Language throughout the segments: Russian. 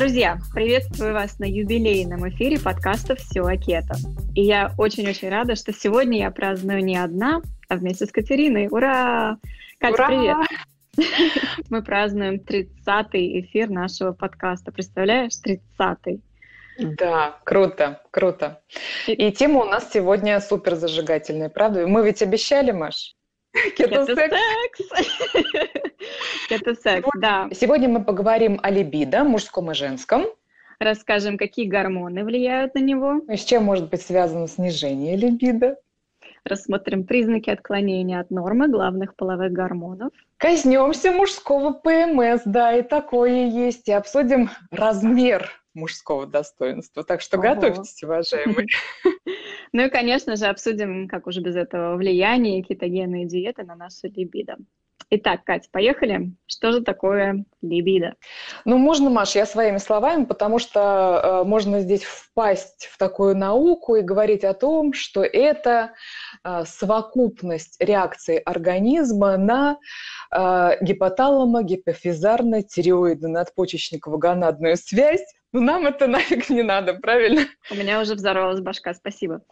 Друзья, приветствую вас на юбилейном эфире подкаста «Все о кето». И я очень-очень рада, что сегодня я праздную не одна, а вместе с Катериной. Ура! Катя, Ура! привет! Мы празднуем 30-й эфир нашего подкаста. Представляешь, 30-й. Да, круто, круто. И тема у нас сегодня супер зажигательная, правда? Мы ведь обещали, Маш? Кето-секс! Кето-секс, да. Сегодня мы поговорим о либидо, мужском и женском. Расскажем, какие гормоны влияют на него. С чем может быть связано снижение либидо. Рассмотрим признаки отклонения от нормы главных половых гормонов. Коснемся мужского ПМС, да, и такое есть. И обсудим размер мужского достоинства. Так что готовьтесь, уважаемые. Ну и, конечно же, обсудим, как уже без этого, влияние кетогенной диеты на нашу либидо. Итак, Катя, поехали. Что же такое либидо? Ну, можно, Маш, я своими словами, потому что можно здесь впасть в такую науку и говорить о том, что это совокупность реакций организма на гипоталамо-гипофизарно-тиреоидно-надпочечниково-гонадную связь. Но нам это нафиг не надо, правильно? У меня уже взорвалась башка, спасибо.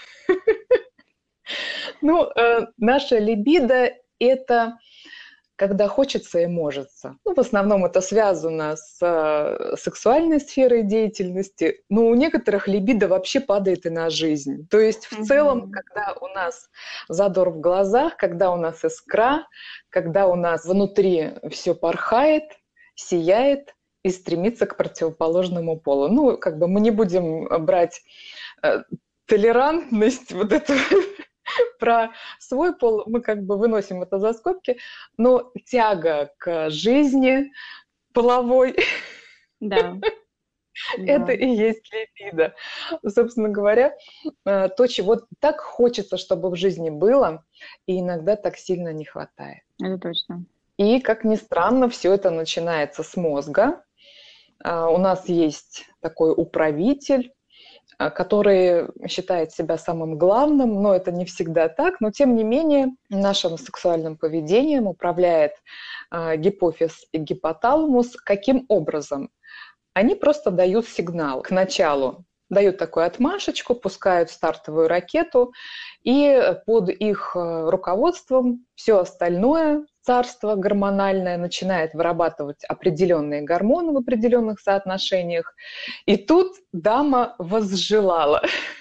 Ну, наша либидо – это когда хочется и можется. Ну, в основном это связано с сексуальной сферой деятельности, но у некоторых либидо вообще падает и на жизнь. То есть в целом, когда у нас задор в глазах, когда у нас искра, когда у нас внутри все порхает, сияет и стремится к противоположному полу. Ну, как бы мы не будем брать толерантность вот эту про свой пол, мы как бы выносим это за скобки, но тяга к жизни половой, да. Это и есть либидо. Собственно говоря, то, чего так хочется, чтобы в жизни было, и иногда так сильно не хватает. Это точно. И, как ни странно, все это начинается с мозга. У нас есть такой управитель, который считает себя самым главным, но это не всегда так, но тем не менее нашим сексуальным поведением управляет гипофиз и гипоталамус. Каким образом? Они просто дают сигнал к началу, дают такую отмашечку, пускают стартовую ракету, и под их руководством все остальное царство гормональное начинает вырабатывать определенные гормоны в определенных соотношениях. И тут дама возжелала.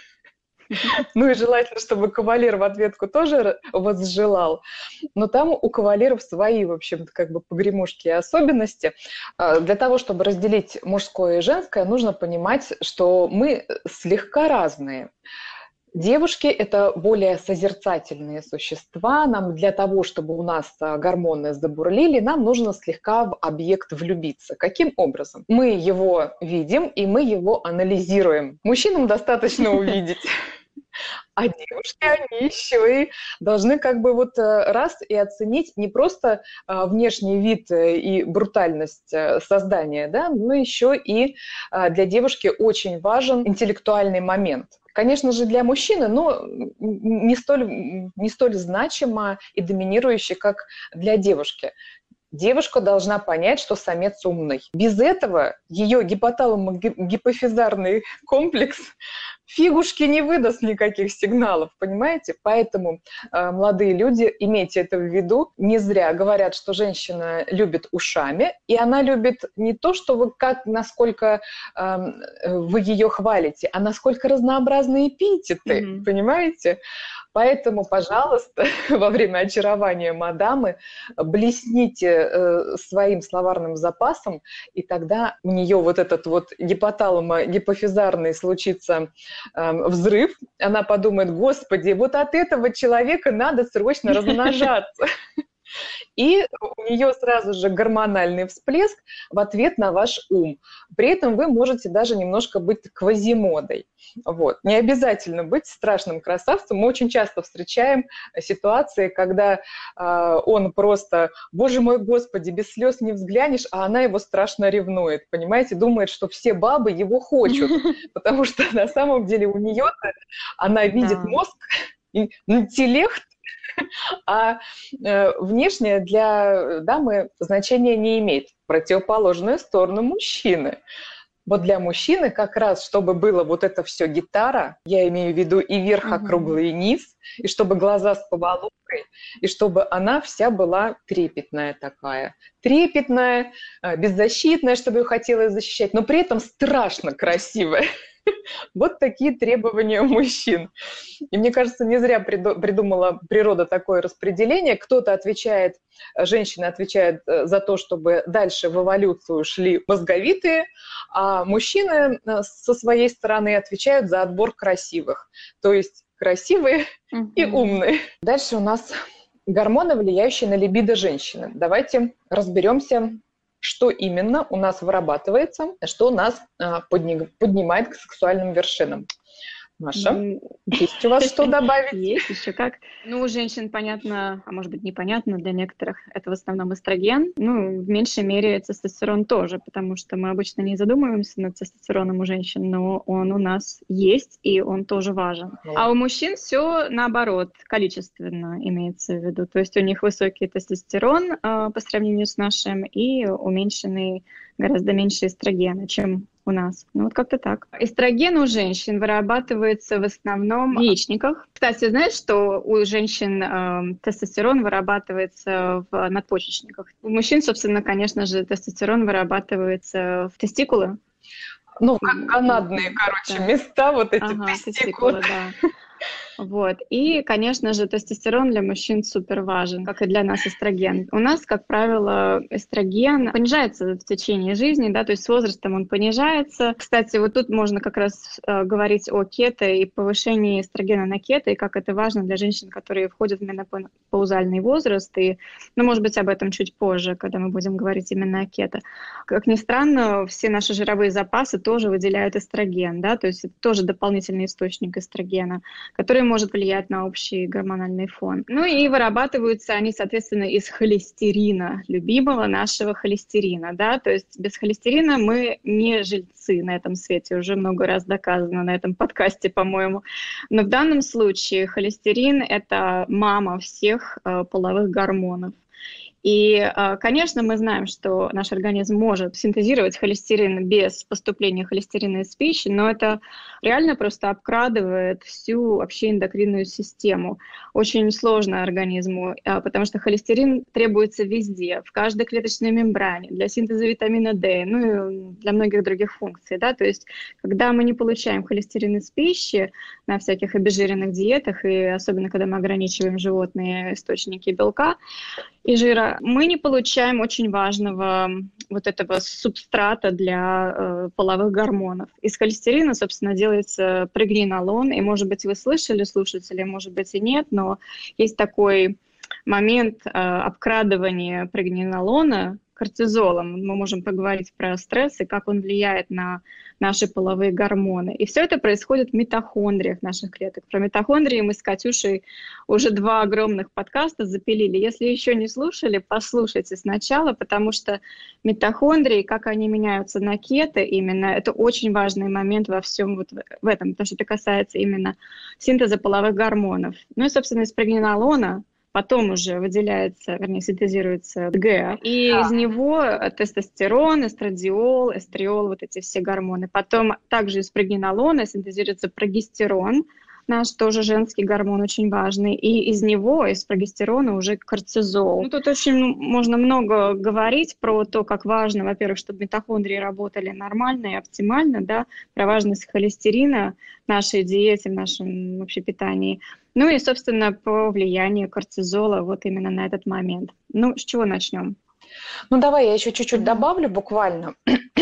Ну и желательно, чтобы кавалер в ответку тоже возжелал. Но там у кавалеров свои, в общем-то, как бы погремушки и особенности. Для того, чтобы разделить мужское и женское, нужно понимать, что мы слегка разные. Девушки – это более созерцательные существа. Нам для того, чтобы у нас гормоны забурлили, нам нужно слегка в объект влюбиться. Каким образом? Мы его видим, и мы его анализируем. Мужчинам достаточно увидеть. А девушки, они еще и должны как бы вот раз и оценить не просто внешний вид и брутальность создания, да, но еще и для девушки очень важен интеллектуальный момент. Конечно же, для мужчины, но не столь значимо и доминирующе, как для девушки. Девушка должна понять, что самец умный. Без этого ее гипоталамо-гипофизарный комплекс фигушки не выдаст никаких сигналов, понимаете? Поэтому, молодые люди, имейте это в виду. Не зря говорят, что женщина любит ушами, и она любит не то, что вы насколько вы ее хвалите, а насколько разнообразные эпитеты, понимаете? Поэтому, пожалуйста, во время очарования мадамы блесните своим словарным запасом, и тогда у нее вот этот вот гипоталамо-гипофизарный случится взрыв. Она подумает: господи, вот от этого человека надо срочно размножаться. И у нее сразу же гормональный всплеск в ответ на ваш ум. При этом вы можете даже немножко быть квазимодой. Вот. Не обязательно быть страшным красавцем. Мы очень часто встречаем ситуации, когда он просто, боже мой, господи, без слез не взглянешь, а она его страшно ревнует, понимаете, думает, что все бабы его хочут, потому что на самом деле у нее она видит мозг, интеллект, а внешне для дамы значения не имеет. Противоположную сторону мужчины. Вот для мужчины как раз, чтобы было вот это все гитара, я имею в виду и верх округлый, и низ, и чтобы глаза с поволокой, и чтобы она вся была трепетная такая. Трепетная, беззащитная, чтобы ее хотелось защищать, но при этом страшно красивая. Вот такие требования у мужчин. И мне кажется, не зря придумала природа такое распределение. Кто-то отвечает, женщина отвечает за то, чтобы дальше в эволюцию шли мозговитые, а мужчины со своей стороны отвечают за отбор красивых. То есть красивые и умные. Дальше у нас гормоны, влияющие на либидо женщины. Давайте разберемся, что именно у нас вырабатывается, что нас поднимает к сексуальным вершинам. Маша, есть у вас что добавить? Есть еще как. Ну, у женщин понятно, а может быть непонятно для некоторых, это в основном эстроген. Ну, в меньшей мере тестостерон тоже, потому что мы обычно не задумываемся над тестостероном у женщин, но он у нас есть, и он тоже важен. А у мужчин все наоборот, количественно имеется в виду. То есть у них высокий тестостерон по сравнению с нашим и уменьшенный, гораздо меньше эстрогена, чем у нас. Ну вот как-то так. Эстроген у женщин вырабатывается в основном в яичниках. Кстати, знаешь, что у женщин тестостерон вырабатывается в надпочечниках? У мужчин, собственно, конечно же, тестостерон вырабатывается в тестикулы. Ну, как канатные, места, вот эти тестикулы. Да. Вот. И, конечно же, тестостерон для мужчин супер важен, как и для нас эстроген. У нас, как правило, эстроген понижается в течение жизни, да, то есть с возрастом он понижается. Кстати, вот тут можно как раз говорить о кето и повышении эстрогена на кето, и как это важно для женщин, которые входят в менопаузальный возраст. И, ну, может быть, об этом чуть позже, когда мы будем говорить именно о кето. Как ни странно, все наши жировые запасы тоже выделяют эстроген, да, то есть это тоже дополнительный источник эстрогена, который может влиять на общий гормональный фон. Ну и вырабатываются они, соответственно, из холестерина, любимого нашего холестерина, да, то есть без холестерина мы не жильцы на этом свете, уже много раз доказано на этом подкасте, по-моему. Но в данном случае холестерин – это мама всех половых гормонов. И, конечно, мы знаем, что наш организм может синтезировать холестерин без поступления холестерина из пищи, но это реально просто обкрадывает всю вообще эндокринную систему. Очень сложно организму, потому что холестерин требуется везде, в каждой клеточной мембране, для синтеза витамина D, ну и для многих других функций. Да? То есть, когда мы не получаем холестерин из пищи на всяких обезжиренных диетах, и особенно когда мы ограничиваем животные источники белка и жира, мы не получаем очень важного вот этого субстрата для половых гормонов. Из холестерина, собственно, делается прегнинолон, и, может быть, вы слышали, слушатели, может быть, и нет, но есть такой момент обкрадывания прегнинолона кортизолом. Мы можем поговорить про стресс и как он влияет на наши половые гормоны. И все это происходит в митохондриях наших клеток. Про митохондрии мы с Катюшей уже 2 огромных подкаста запилили. Если еще не слушали, послушайте сначала, потому что митохондрии, как они меняются на кето именно, это очень важный момент во всем вот в этом, потому что это касается именно синтеза половых гормонов. Ну и, собственно, из прегнинолона потом уже выделяется, вернее, синтезируется ГЭА, и из него тестостерон, эстрадиол, эстриол, вот эти все гормоны. Потом также из прегнинолона синтезируется прогестерон, наш тоже женский гормон очень важный, и из него, из прогестерона уже кортизол. Ну, тут очень можно много говорить про то, как важно, во-первых, чтобы митохондрии работали нормально и оптимально, да, про важность холестерина в нашей диете, в нашем вообще питании. Ну и, собственно, по влиянию кортизола вот именно на этот момент. Ну, с чего начнем? Ну, давай я еще чуть-чуть добавлю буквально.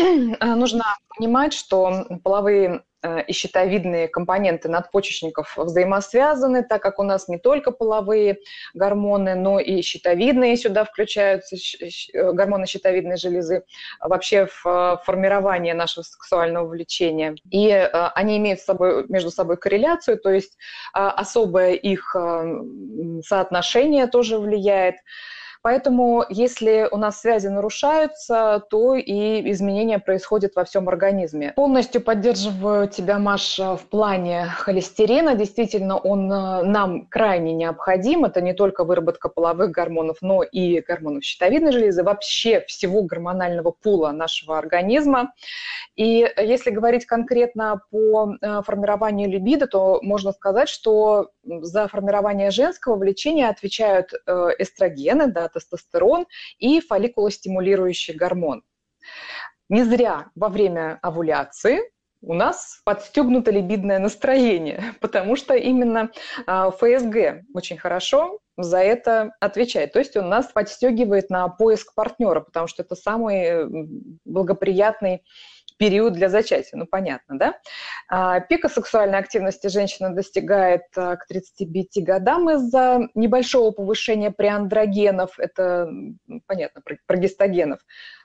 Нужно понимать, что половые и щитовидные компоненты надпочечников взаимосвязаны, так как у нас не только половые гормоны, но и щитовидные сюда включаются, гормоны щитовидной железы, вообще в формирование нашего сексуального влечения. И они имеют между собой корреляцию, то есть особое их соотношение тоже влияет. Поэтому, если у нас связи нарушаются, то и изменения происходят во всем организме. Полностью поддерживаю тебя, Маша, в плане холестерина. Действительно, он нам крайне необходим. Это не только выработка половых гормонов, но и гормонов щитовидной железы, вообще всего гормонального пула нашего организма. И если говорить конкретно по формированию либидо, то можно сказать, что за формирование женского влечения отвечают эстрогены, да, тестостерон и фолликулостимулирующий гормон. Не зря во время овуляции у нас подстегнуто либидное настроение, потому что именно ФСГ очень хорошо за это отвечает. То есть он нас подстегивает на поиск партнера, потому что это самый благоприятный период для зачатия, ну понятно, да? Пика сексуальной активности женщина достигает к 35 годам из-за небольшого повышения преандрогенов, это понятно, прогестогенов,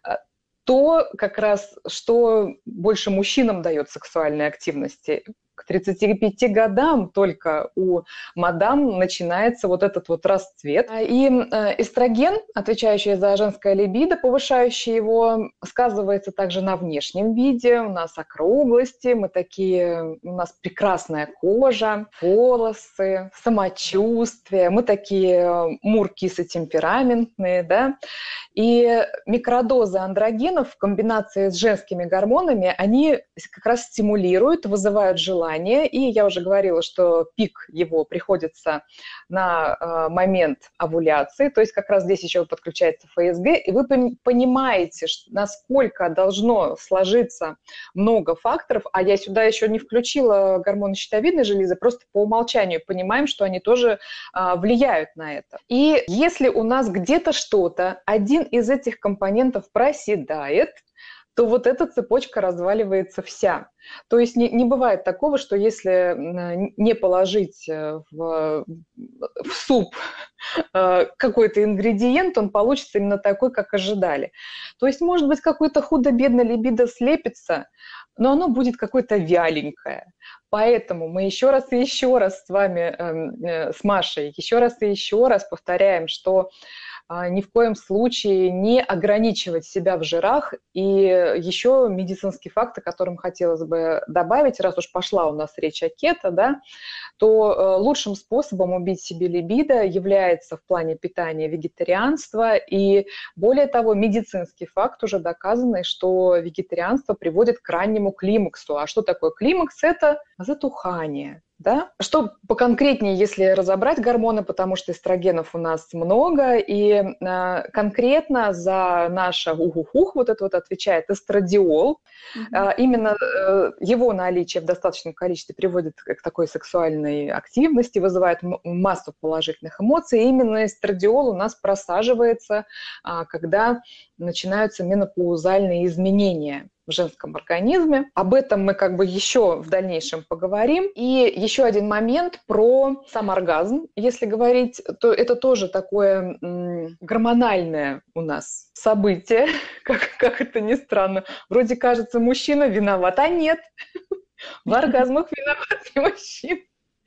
то как раз, что больше мужчинам дает сексуальной активности. К 35 годам только у мадам начинается вот этот вот расцвет. И эстроген, отвечающий за женское либидо, повышающий его, сказывается также на внешнем виде. У нас округлости, у нас прекрасная кожа, волосы, самочувствие. Мы такие муркисы-темпераментные, да. И микродозы андрогенов в комбинации с женскими гормонами, они как раз стимулируют, вызывают желание. И я уже говорила, что пик его приходится на момент овуляции, то есть как раз здесь еще подключается ФСГ, и вы понимаете, насколько должно сложиться много факторов, а я сюда еще не включила гормоны щитовидной железы, просто по умолчанию понимаем, что они тоже влияют на это. И если у нас где-то что-то, один из этих компонентов проседает, то вот эта цепочка разваливается вся. То есть не бывает такого, что если не положить в суп какой-то ингредиент, он получится именно такой, как ожидали. То есть, может быть, какой-то худо-бедно либидо слепится, но оно будет какое-то вяленькое. Поэтому мы еще раз и еще раз с вами, с Машей, еще раз и еще раз повторяем, что ни в коем случае не ограничивать себя в жирах. И еще медицинский факт, о котором хотелось бы добавить, раз уж пошла у нас речь о кето, да, то лучшим способом убить себе либидо является в плане питания вегетарианство. И более того, медицинский факт уже доказанный, что вегетарианство приводит к раннему климаксу. А что такое климакс? Это затухание. Да? Что поконкретнее, если разобрать гормоны, потому что эстрогенов у нас много, и конкретно за наше ух-ух-ух вот это вот отвечает эстрадиол. Именно его наличие в достаточном количестве приводит к такой сексуальной активности, вызывает массу положительных эмоций. И именно эстрадиол у нас просаживается, когда начинаются менопаузальные изменения в женском организме. Об этом мы как бы еще в дальнейшем поговорим. И еще один момент про сам оргазм. Если говорить, то это тоже такое гормональное у нас событие, как это ни странно. Вроде кажется, мужчина виноват, а нет. В оргазмах виноват не мужчина.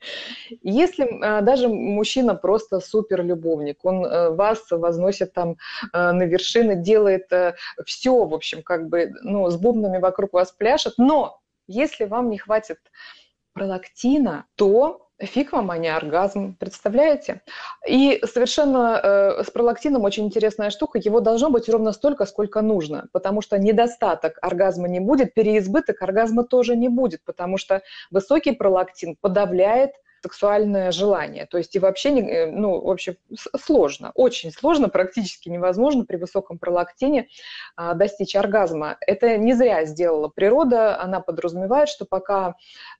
Если даже мужчина просто суперлюбовник, он вас возносит там на вершины, делает все, в общем, как бы, ну, с бубнами вокруг вас пляшет, но если вам не хватит пролактина, то фиг вам, а не оргазм, представляете? И совершенно с пролактином очень интересная штука, его должно быть ровно столько, сколько нужно, потому что недостаток оргазма не будет, переизбыток оргазма тоже не будет, потому что высокий пролактин подавляет сексуальное желание. То есть и вообще, ну, в общем, сложно, очень сложно, практически невозможно при высоком пролактине достичь оргазма. Это не зря сделала природа, она подразумевает, что пока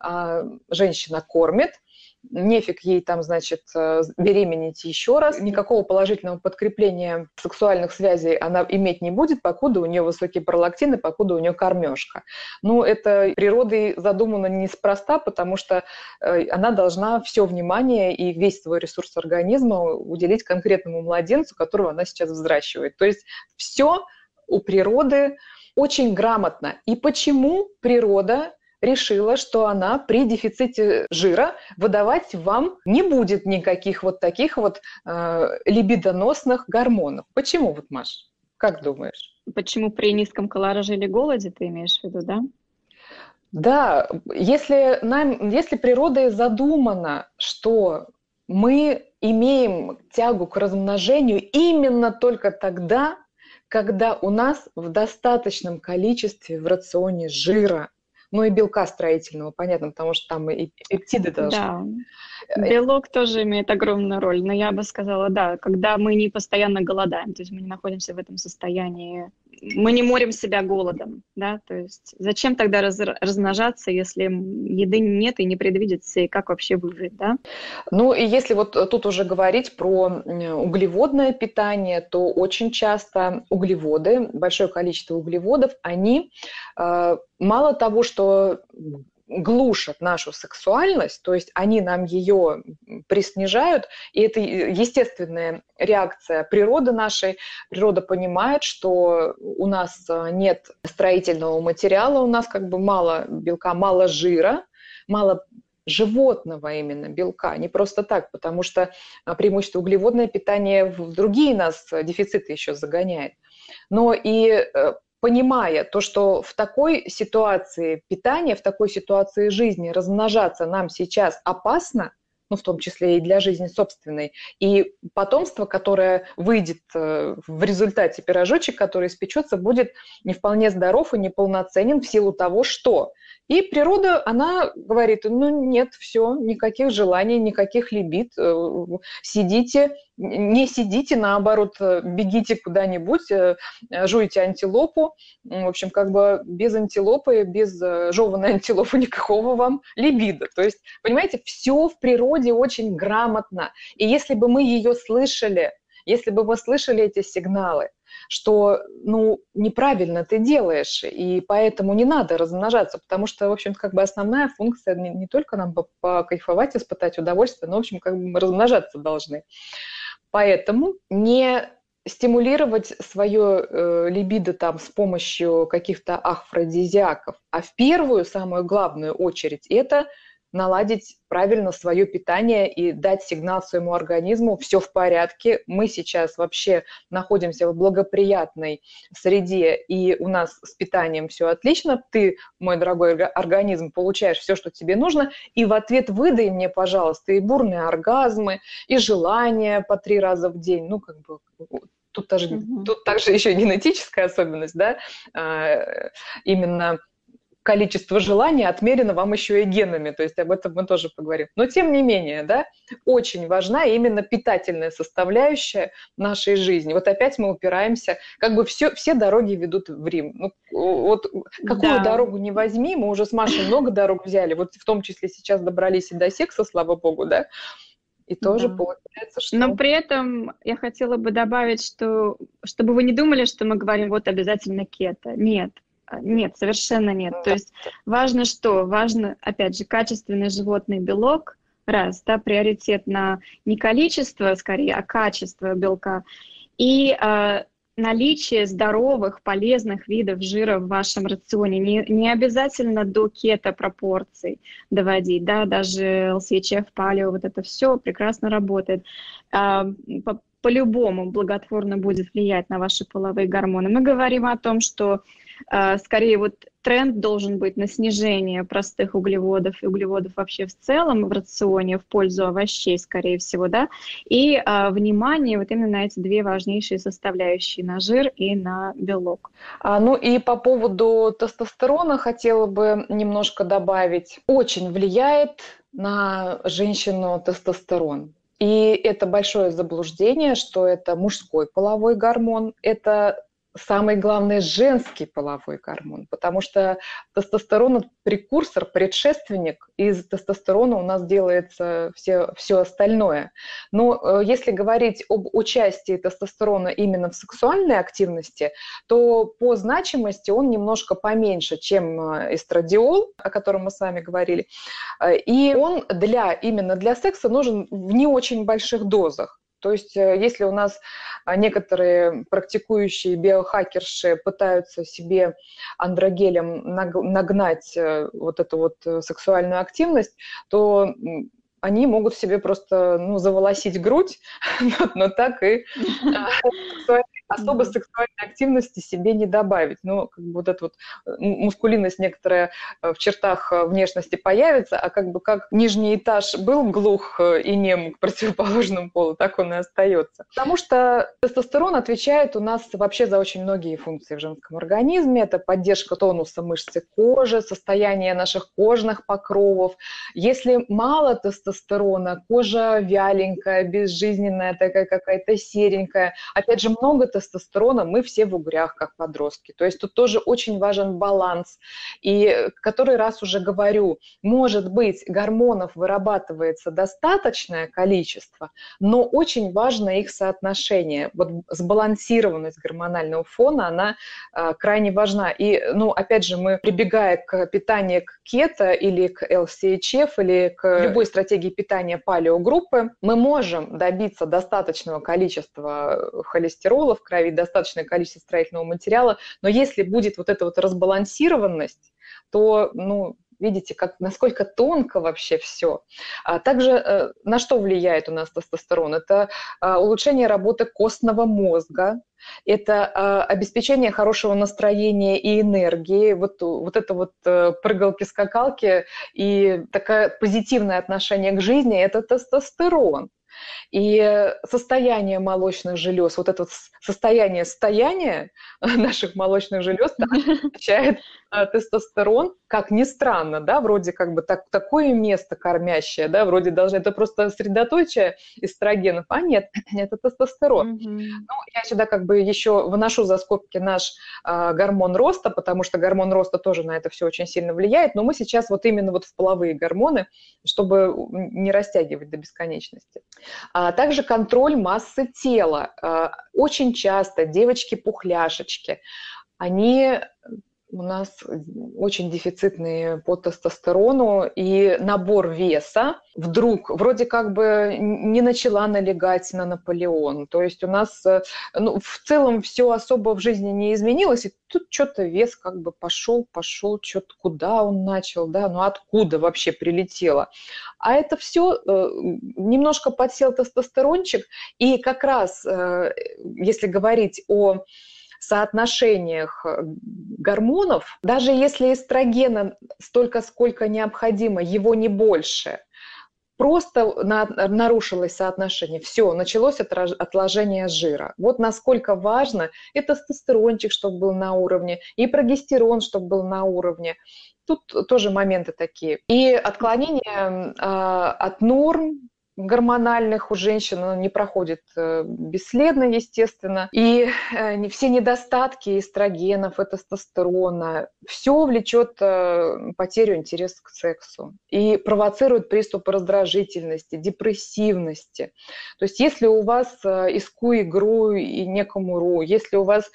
женщина кормит, нефиг ей там, значит, беременеть еще раз. Никакого положительного подкрепления сексуальных связей она иметь не будет, покуда у нее высокий пролактин и покуда у нее кормежка. Ну, это природой задумано неспроста, потому что она должна все внимание и весь свой ресурс организма уделить конкретному младенцу, которого она сейчас взращивает. То есть все у природы очень грамотно. И почему природа решила, что она при дефиците жира выдавать вам не будет никаких вот таких вот либидоносных гормонов. Почему, вот, Маш, как думаешь? Почему при низком колораже или голоде ты имеешь в виду, да? Да, если природой задумано, что мы имеем тягу к размножению именно только тогда, когда у нас в достаточном количестве в рационе жира, ну и белка строительного, понятно, потому что там и пептиды должны. Да, белок тоже имеет огромную роль, но я бы сказала, да, когда мы не постоянно голодаем, то есть мы не находимся в этом состоянии, мы не морим себя голодом, да, то есть зачем тогда размножаться, если еды нет и не предвидится, и как вообще выжить, да? Ну и если вот тут уже говорить про углеводное питание, то очень часто углеводы, большое количество углеводов, они мало того, что глушат нашу сексуальность, то есть они нам ее приснижают, и это естественная реакция природы нашей. Природа понимает, что у нас нет строительного материала, у нас как бы мало белка, мало жира, мало животного именно белка, не просто так, потому что преимущество углеводное питание в другие нас дефициты еще загоняет. Но и понимая то, что в такой ситуации питания, в такой ситуации жизни размножаться нам сейчас опасно, ну, в том числе и для жизни собственной, и потомство, которое выйдет в результате, пирожочек, который испечется, будет не вполне здоров и неполноценен в силу того, что... И природа, она говорит, ну нет, все, никаких желаний, никаких либид, сидите, не сидите, наоборот, бегите куда-нибудь, жуйте антилопу. В общем, как бы без антилопы, без жеванной антилопы никакого вам либидо. То есть, понимаете, все в природе очень грамотно. И если бы мы ее слышали, если бы мы слышали эти сигналы, что, ну, неправильно ты делаешь, и поэтому не надо размножаться, потому что, в общем, как бы основная функция не только нам покайфовать, испытать удовольствие, но, в общем, как бы мы размножаться должны. Поэтому не стимулировать свое либидо там с помощью каких-то афродизиаков, а в первую, самую главную очередь, это наладить правильно свое питание и дать сигнал своему организму: все в порядке, мы сейчас вообще находимся в благоприятной среде, и у нас с питанием все отлично, ты, мой дорогой организм, получаешь все, что тебе нужно, и в ответ выдай мне, пожалуйста, и бурные оргазмы, и желания по 3 раза в день, ну, как бы... Тут также еще генетическая особенность, да, именно количество желаний отмерено вам еще и генами, то есть об этом мы тоже поговорим. Но тем не менее, да, очень важна именно питательная составляющая нашей жизни. Вот опять мы упираемся, как бы все дороги ведут в Рим. Ну, вот какую дорогу не возьми, мы уже с Машей много дорог взяли, вот в том числе сейчас добрались и до секса, слава богу, да, и тоже получается, что... Но при этом я хотела бы добавить, что чтобы вы не думали, что мы говорим вот обязательно кето. Нет. Нет, совершенно нет. То есть важно что? Важно, опять же, качественный животный белок, раз, да, приоритет на не количество, скорее, а качество белка, и наличие здоровых, полезных видов жира в вашем рационе. Не обязательно до кето пропорций доводить, да, даже ЛСЧФ, палео, вот это все прекрасно работает. По-любому благотворно будет влиять на ваши половые гормоны. Мы говорим о том, что скорее вот тренд должен быть на снижение простых углеводов и углеводов вообще в целом в рационе в пользу овощей, скорее всего, да, и внимание вот именно на эти две важнейшие составляющие, на жир и на белок. Ну и по поводу тестостерона хотела бы немножко добавить. Очень влияет на женщину тестостерон. И это большое заблуждение, что это мужской половой гормон, это самый главный женский половой гормон, потому что тестостерон – это прекурсор, предшественник, из тестостерона у нас делается все остальное. Но если говорить об участии тестостерона именно в сексуальной активности, то по значимости он немножко поменьше, чем эстрадиол, о котором мы с вами говорили, и он именно для секса нужен в не очень больших дозах. То есть если у нас некоторые практикующие биохакерши пытаются себе андрогелем нагнать вот эту вот сексуальную активность, то они могут себе просто заволосить грудь, но так и особо сексуальной активности себе не добавить. Но как бы вот эта вот мускулинность некоторая в чертах внешности появится, а как бы как нижний этаж был глух и нем к противоположному полу, так он и остается. Потому что тестостерон отвечает у нас вообще за очень многие функции в женском организме. Это поддержка тонуса мышц кожи, состояние наших кожных покровов. Если мало тестостерона, кожа вяленькая, безжизненная, такая какая-то серенькая. Опять же, много тестостерона, мы все в угрях, как подростки. То есть тут тоже очень важен баланс. И который раз уже говорю, может быть, гормонов вырабатывается достаточное количество, но очень важно их соотношение. Вот сбалансированность гормонального фона, она крайне важна. И, опять же, мы, прибегая к питанию к кето или к LCHF, или к любой стратегии питания палеогруппы, мы можем добиться достаточного количества холестерола в крови, достаточное количество строительного материала, но если будет вот эта вот разбалансированность, то, видите, насколько тонко вообще все. Также на что влияет у нас тестостерон? Это улучшение работы костного мозга, это обеспечение хорошего настроения и энергии, вот это вот прыгалки-скакалки и такое позитивное отношение к жизни – это тестостерон. И состояние молочных желез, вот это вот состояние стояния наших молочных желез отвечает тестостерон, как ни странно, да, вроде как бы такое место кормящее, да, вроде должно, это просто средоточие эстрогенов, а нет, это тестостерон. Я сюда как бы еще выношу за скобки наш гормон роста, потому что гормон роста тоже на это все очень сильно влияет, но мы сейчас вот именно вот в половые гормоны, чтобы не растягивать до бесконечности. Также контроль массы тела. Очень часто девочки-пухляшечки, они у нас очень дефицитные по тестостерону, и набор веса вдруг вроде как бы не начала налегать на Наполеон. То есть у нас в целом все особо в жизни не изменилось, и тут что-то вес как бы пошел, что-то куда он начал, да, откуда вообще прилетело. А это все немножко подсел тестостерончик, и как раз если говорить о соотношениях гормонов, даже если эстрогена столько, сколько необходимо, его не больше, просто нарушилось соотношение. Все, началось отложение жира. Вот насколько важно и тестостерончик, чтобы был на уровне, и прогестерон, чтобы был на уровне. Тут тоже моменты такие. И отклонение от норм гормональных у женщин не проходит бесследно, естественно. И все недостатки эстрогенов и тестостерона, все влечет потерю интереса к сексу и провоцирует приступы раздражительности, депрессивности. То есть если у вас иску-игру и некому ру, если у вас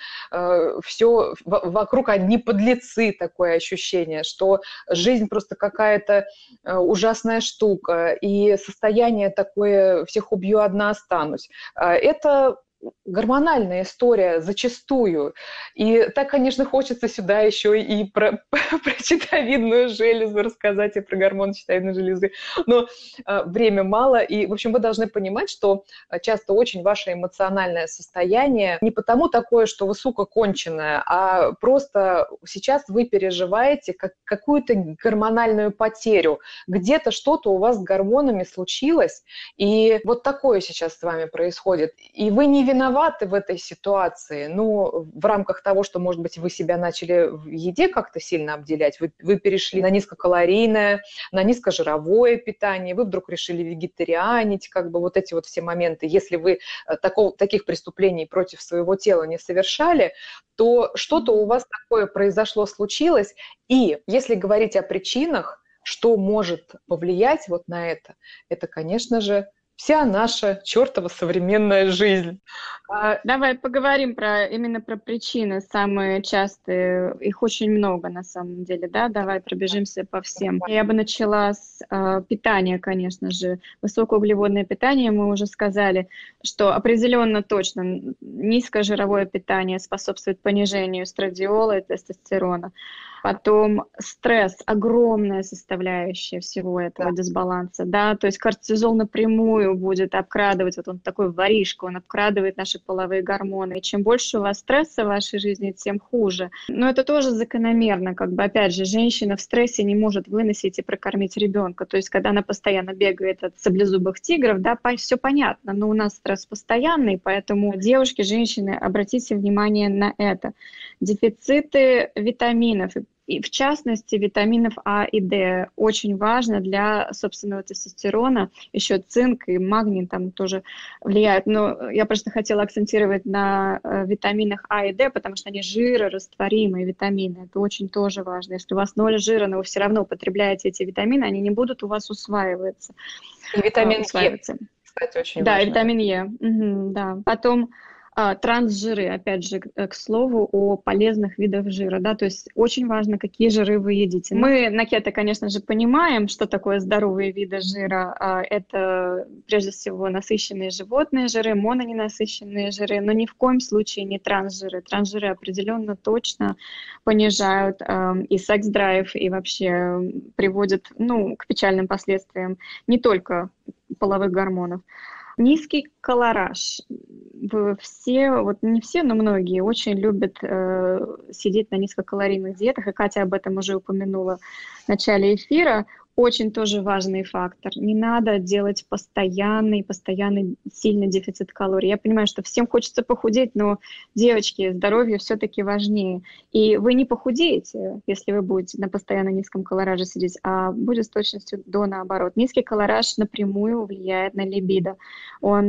все вокруг одни подлецы, такое ощущение, что жизнь просто какая-то ужасная штука, и состояние такое «всех убью, одна останусь». Это гормональная история зачастую. И так, конечно, хочется сюда еще и про щитовидную железу рассказать, и про гормон щитовидной железы. Но время мало. И, в общем, вы должны понимать, что часто очень ваше эмоциональное состояние не потому такое, что вы, сука, конченая, а просто сейчас вы переживаете какую-то гормональную потерю. Где-то что-то у вас с гормонами случилось, и вот такое сейчас с вами происходит. И вы не виноваты в этой ситуации, в рамках того, что, может быть, вы себя начали в еде как-то сильно обделять, вы перешли на низкокалорийное, на низкожировое питание, вы вдруг решили вегетарианить, как бы вот эти вот все моменты. Если вы таких преступлений против своего тела не совершали, то что-то у вас такое произошло, случилось. И если говорить о причинах, что может повлиять вот на это, конечно же, вся наша чертова современная жизнь. Давай поговорим именно про причины, самые частые, их очень много на самом деле, да, давай пробежимся по всем. Я бы начала с питания, конечно же. Высокоуглеводное питание, мы уже сказали, что определенно точно низкожировое питание способствует понижению эстрадиола и тестостерона. Потом стресс, огромная составляющая всего этого дисбаланса, да, то есть кортизол напрямую будет обкрадывать, вот он такой воришка, он обкрадывает наши половые гормоны, и чем больше у вас стресса в вашей жизни, тем хуже. Но это тоже закономерно, как бы, опять же, женщина в стрессе не может выносить и прокормить ребенка, то есть когда она постоянно бегает от саблезубых тигров, да, все понятно, но у нас стресс постоянный, поэтому девушки, женщины, обратите внимание на это. Дефициты витаминов, и в частности, витаминов А и D очень важно для собственного тестостерона. Еще цинк и магний там тоже влияют. Но я просто хотела акцентировать на витаминах А и D, потому что они жирорастворимые витамины. Это очень тоже важно. Если у вас 0 жира, но вы все равно употребляете эти витамины, они не будут у вас усваиваться. И витамин Е, кстати, очень важно. Да, и витамин Е. Угу, да. Потом трансжиры, опять же, к слову, о полезных видах жира, да, то есть очень важно, какие жиры вы едите. Мы на кето, конечно же, понимаем, что такое здоровые виды жира. Это, прежде всего, насыщенные животные жиры, мононенасыщенные жиры, но ни в коем случае не трансжиры. Трансжиры определенно точно понижают и секс-драйв, и вообще приводят, к печальным последствиям не только половых гормонов. Низкий колораж. Все, вот не все, но многие очень любят сидеть на низкокалорийных диетах, и Катя об этом уже упомянула в начале эфира. Очень тоже важный фактор. Не надо делать постоянный сильный дефицит калорий. Я понимаю, что всем хочется похудеть, но, девочки, здоровье все-таки важнее. И вы не похудеете, если вы будете на постоянно низком колораже сидеть, а будет с точностью до наоборот. Низкий колораж напрямую влияет на либидо. Он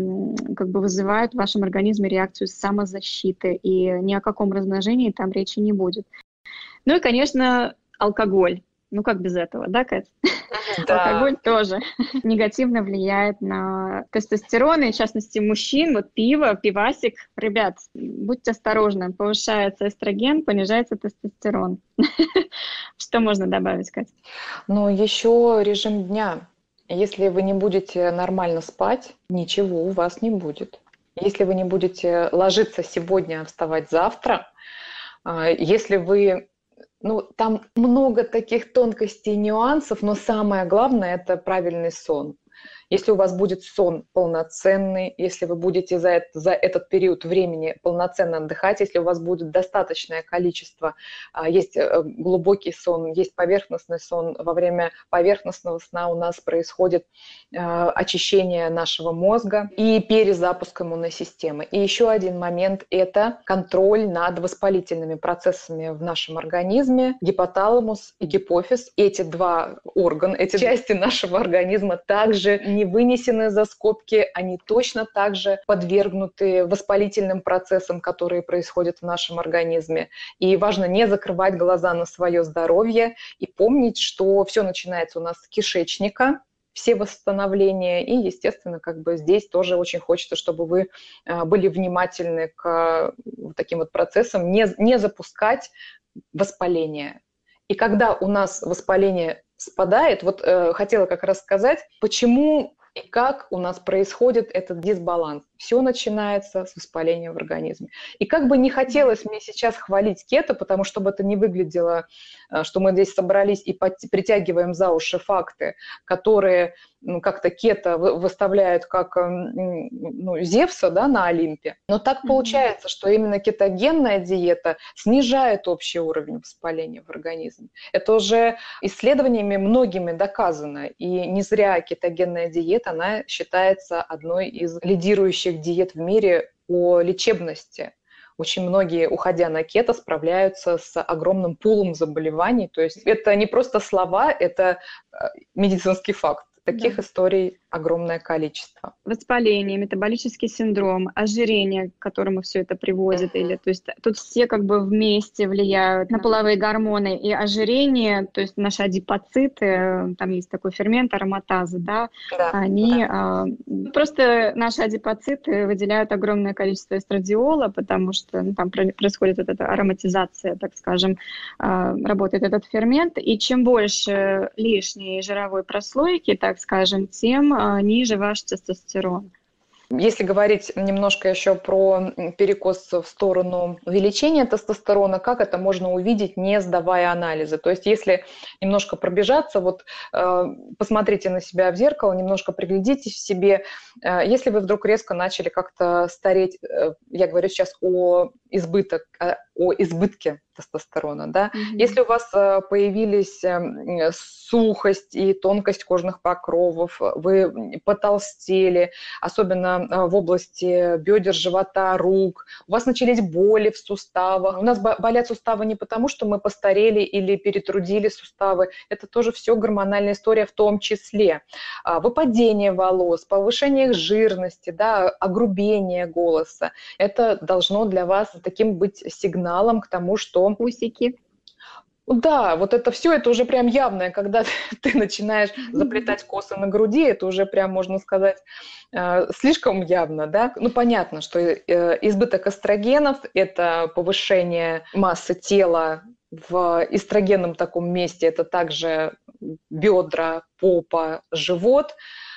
вызывает в вашем организме реакцию самозащиты, и ни о каком размножении там речи не будет. Ну и, конечно, алкоголь. Как без этого, да, Кать? Да. Алкоголь тоже негативно влияет на тестостерон, и в частности мужчин. Вот пиво, пивасик. Ребят, будьте осторожны, повышается эстроген, понижается тестостерон. Что можно добавить, Кать? Еще режим дня. Если вы не будете нормально спать, ничего у вас не будет. Если вы не будете ложиться сегодня, а вставать завтра, если вы... там много таких тонкостей и нюансов, но самое главное – это правильный сон. Если у вас будет сон полноценный, если вы будете за этот период времени полноценно отдыхать, если у вас будет достаточное количество, есть глубокий сон, есть поверхностный сон, во время поверхностного сна у нас происходит очищение нашего мозга и перезапуск иммунной системы. И еще один момент – это контроль над воспалительными процессами в нашем организме. Гипоталамус и гипофиз – эти два органа, эти части нашего организма также не вынесены за скобки, они точно так же подвергнуты воспалительным процессам, которые происходят в нашем организме. И важно не закрывать глаза на свое здоровье и помнить, что все начинается у нас с кишечника, все восстановления, и, естественно, здесь тоже очень хочется, чтобы вы были внимательны к таким вот процессам, не запускать воспаление. И когда у нас воспаление спадает, хотела как раз сказать, почему и как у нас происходит этот дисбаланс. Все начинается с воспаления в организме. И как бы не хотелось мне сейчас хвалить кето, потому что чтобы это не выглядело, что мы здесь собрались и притягиваем за уши факты, которые как-то кето выставляют как Зевса, да, на Олимпе. Но так получается, что именно кетогенная диета снижает общий уровень воспаления в организме. Это уже исследованиями многими доказано. И не зря кетогенная диета, она считается одной из лидирующих диет в мире по лечебности. Очень многие, уходя на кето, справляются с огромным пулом заболеваний. То есть это не просто слова, это медицинский факт. Да. Таких историй огромное количество. Воспаление, метаболический синдром, ожирение, к которому все это приводит, или, Мгм. то есть тут все как бы вместе влияют на половые гормоны и ожирение, то есть наши адипоциты, там есть такой фермент ароматазы, да, Да, они да. просто наши адипоциты выделяют огромное количество эстрадиола, потому что ну, там происходит вот эта ароматизация, так скажем, работает этот фермент, и чем больше лишней жировой прослойки, так скажем, тем ниже ваш тестостерон. Если говорить немножко еще про перекос в сторону увеличения тестостерона, как это можно увидеть, не сдавая анализы? То есть если немножко пробежаться, вот посмотрите на себя в зеркало, немножко приглядитесь в себе. Если вы вдруг резко начали как-то стареть, я говорю сейчас о избытке тестостерона, да? Если у вас появились сухость и тонкость кожных покровов, вы потолстели, особенно в области бедер, живота, рук. У вас начались боли в суставах. У нас болят суставы не потому, что мы постарели или перетрудили суставы. Это тоже все гормональная история в том числе. Выпадение волос, повышение их жирности, да, огрубение голоса. Это должно для вас таким быть сигналом к тому, что... Усики. Да, вот это все, это уже прям явное, когда ты начинаешь заплетать косы на груди, это уже прям, можно сказать, слишком явно, да. Ну, понятно, что избыток эстрогенов– это повышение массы тела в эстрогенном таком месте, это также бедра, попа, живот.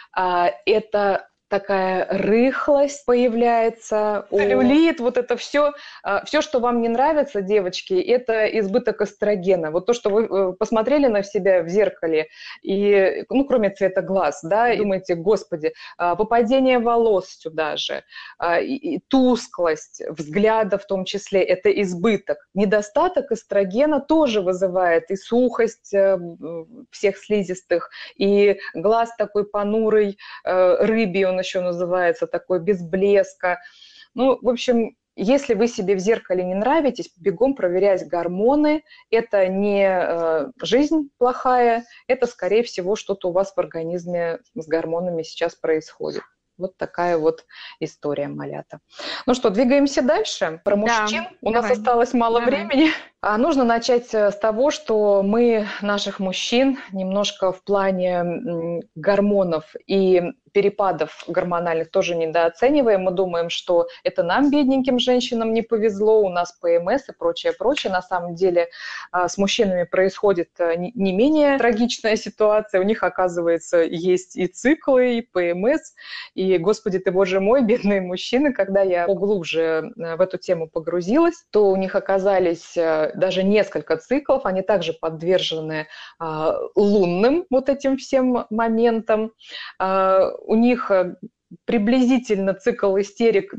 Это такая рыхлость появляется, целлюлит, вот это все, что вам не нравится, девочки, это избыток эстрогена. Вот то, что вы посмотрели на себя в зеркале, и, ну, кроме цвета глаз, да, и думаете, господи, выпадение волос сюда же, и тусклость взгляда в том числе, это избыток. Недостаток эстрогена тоже вызывает и сухость всех слизистых, и глаз такой понурый, рыбий он еще называется, такой без блеска. Ну, в общем, если вы себе в зеркале не нравитесь, бегом проверять гормоны. Это не жизнь плохая, это, скорее всего, что-то у вас в организме с гормонами сейчас происходит. Вот такая вот история, малята. Ну что, двигаемся дальше. Про мужчин у нас осталось мало времени. Нужно начать с того, что мы наших мужчин немножко в плане гормонов и перепадов гормональных тоже недооцениваем. Мы думаем, что это нам, бедненьким женщинам, не повезло, у нас ПМС и прочее, прочее. На самом деле с мужчинами происходит не менее трагичная ситуация. У них, оказывается, есть и циклы, и ПМС. И, господи ты, боже мой, бедные мужчины, когда я поглубже в эту тему погрузилась, то у них оказались даже несколько циклов, они также подвержены лунным вот этим всем моментам. У них приблизительно цикл истерик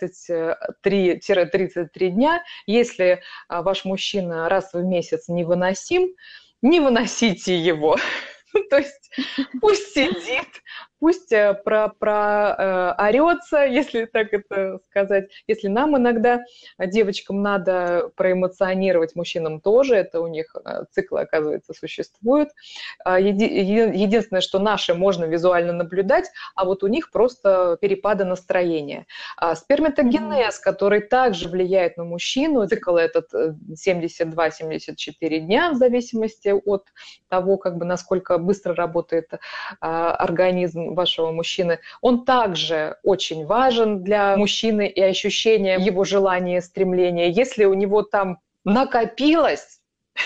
23-33 дня. Если ваш мужчина раз в месяц невыносим, не выносите его. То есть пусть сидит, пусть проорется, если так это сказать. Если нам иногда, девочкам, надо проэмоционировать, мужчинам тоже, это у них циклы, оказывается, существуют. Единственное, что наши можно визуально наблюдать, а вот у них просто перепады настроения. Сперматогенез, который также влияет на мужчину, цикл этот 72-74 дня, в зависимости от того, как бы, насколько быстро работает организм вашего мужчины, он также очень важен для мужчины и ощущения его желания, стремления. Если у него там накопилось,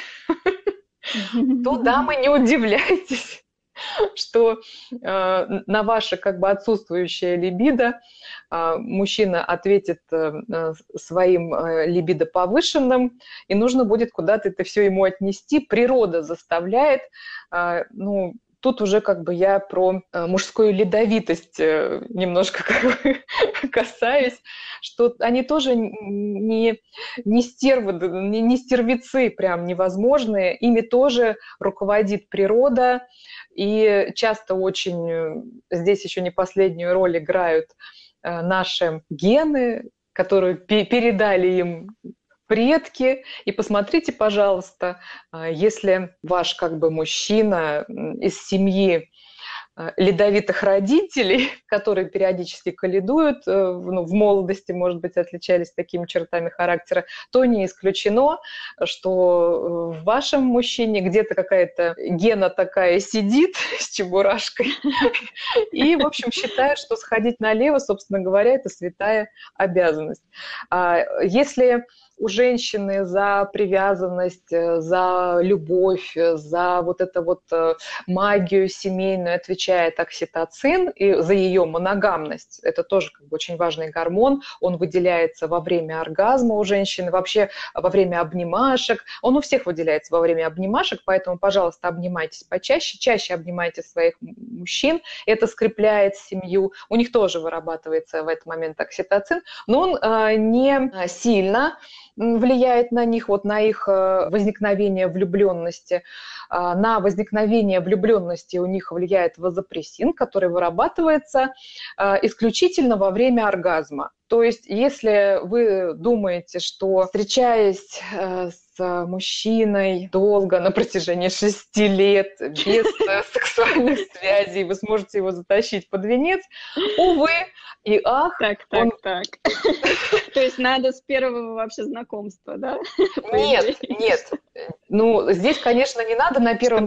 то, дамы, не удивляйтесь, что на ваше как бы отсутствующее либидо мужчина ответит своим либидо повышенным, и нужно будет куда-то это все ему отнести. Природа заставляет, ну, тут уже как бы я про мужскую ледовитость немножко как бы касаюсь, что они тоже не стервы, не стервецы прям невозможные, ими тоже руководит природа, и часто очень здесь еще не последнюю роль играют наши гены, которые передали им предки. И посмотрите, пожалуйста, если ваш как бы мужчина из семьи ледовитых родителей, которые периодически коледуют, в молодости, может быть, отличались такими чертами характера, то не исключено, что в вашем мужчине где-то какая-то гена такая сидит с чебурашкой и, в общем, считает, что сходить налево, собственно говоря, это святая обязанность. Если у женщины за привязанность, за любовь, за вот эту вот магию семейную отвечает окситоцин, и за ее моногамность, это тоже как бы очень важный гормон, он выделяется во время оргазма у женщины, вообще во время обнимашек, он у всех выделяется во время обнимашек, поэтому, пожалуйста, обнимайтесь почаще, чаще обнимайте своих мужчин, это скрепляет семью, у них тоже вырабатывается в этот момент окситоцин, но он не сильно влияет на них, вот на их возникновение влюбленности. На возникновение влюбленности у них влияет вазопрессин, который вырабатывается исключительно во время оргазма. То есть, если вы думаете, что, встречаясь с мужчиной долго, на протяжении 6 лет, без сексуальных связей, вы сможете его затащить под венец, увы и ах. Так. То есть надо с первого вообще знакомства, да? Нет. Ну, здесь, конечно, не надо на первом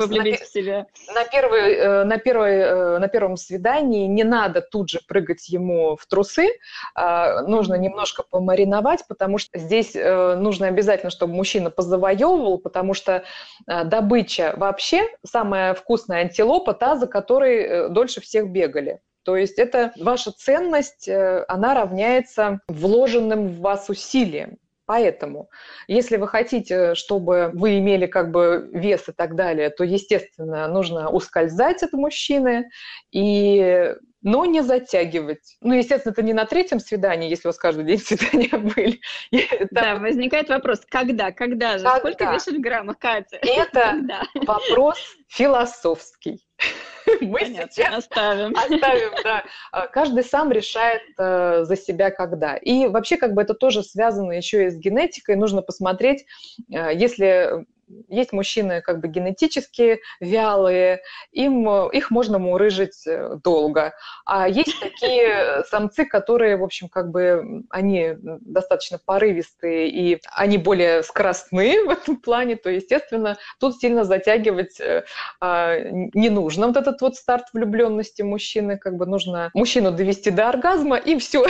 свидании, не надо тут же прыгать ему в трусы, нужно немножко помариновать, потому что здесь нужно обязательно, чтобы мужчина позавоевывал, потому что добыча вообще самая вкусная антилопа, та, за которой дольше всех бегали. То есть это ваша ценность, она равняется вложенным в вас усилиям. Поэтому, если вы хотите, чтобы вы имели как бы вес и так далее, то, естественно, нужно ускользать от мужчины, но не затягивать. Ну, естественно, это не на 3-м свидании, если у вас каждый день свидания были. Да, возникает вопрос, когда же? Сколько вешать в граммах, Катя? Это вопрос философский. Мы Понятно, сейчас оставим, да. Каждый сам решает за себя когда. И вообще как бы это тоже связано еще и с генетикой. Нужно посмотреть, если есть мужчины как бы генетически вялые, их можно мурыжить долго. А есть такие самцы, которые, в общем, как бы они достаточно порывистые и они более скоростные в этом плане, то, естественно, тут сильно затягивать не нужно. Вот этот вот старт влюбленности мужчины, как бы нужно мужчину довести до оргазма и все.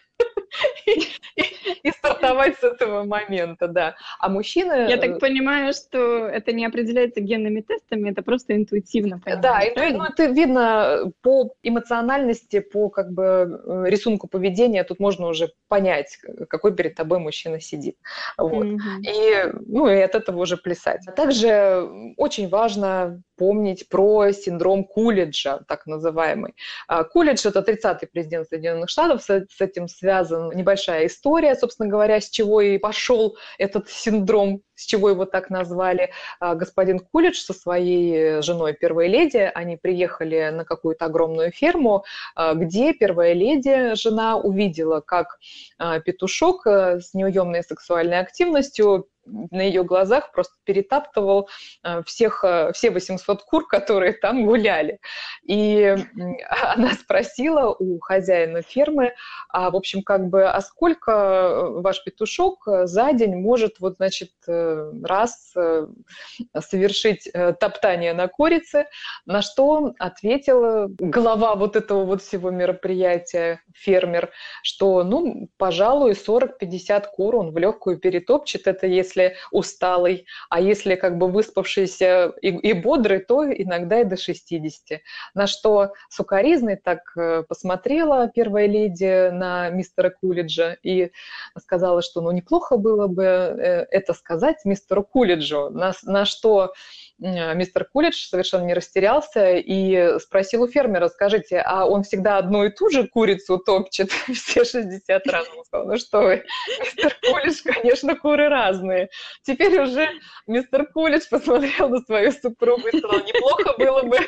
И стартовать с этого момента, да. А мужчины... Я так понимаю, что это не определяется генными тестами, это просто интуитивно. Да, это видно по эмоциональности, по как бы рисунку поведения, тут можно уже понять, какой перед тобой мужчина сидит. Вот. И от этого уже плясать. Также очень важно помнить про синдром Кулиджа, так называемый. Кулидж – это 30-й президент Соединенных Штатов, с этим связана небольшая история, собственно говоря, с чего и пошел этот синдром, с чего его так назвали. Господин Кулидж со своей женой, первой леди, они приехали на какую-то огромную ферму, где первая леди, жена, увидела, как петушок с неуемной сексуальной активностью на ее глазах просто перетаптывал все 800 кур, которые там гуляли. И она спросила у хозяина фермы, в общем, как бы, а сколько ваш петушок за день может, вот, значит, раз совершить топтание на курице, на что ответила глава вот этого вот всего мероприятия, фермер, что, пожалуй, 40-50 кур он в легкую перетопчет, это если усталый, а если как бы выспавшийся и бодрый, то иногда и до 60. На что сукаризной так посмотрела первая леди на мистера Кулиджа и сказала, что неплохо было бы это сказать мистеру Кулиджу, на что мистер Кулидж совершенно не растерялся и спросил у фермера, скажите, а он всегда одну и ту же курицу топчет все 60 раз? Он сказал, что вы, мистер Кулидж, конечно, куры разные. Теперь уже мистер Кулидж посмотрел на свою супругу и сказал, неплохо было бы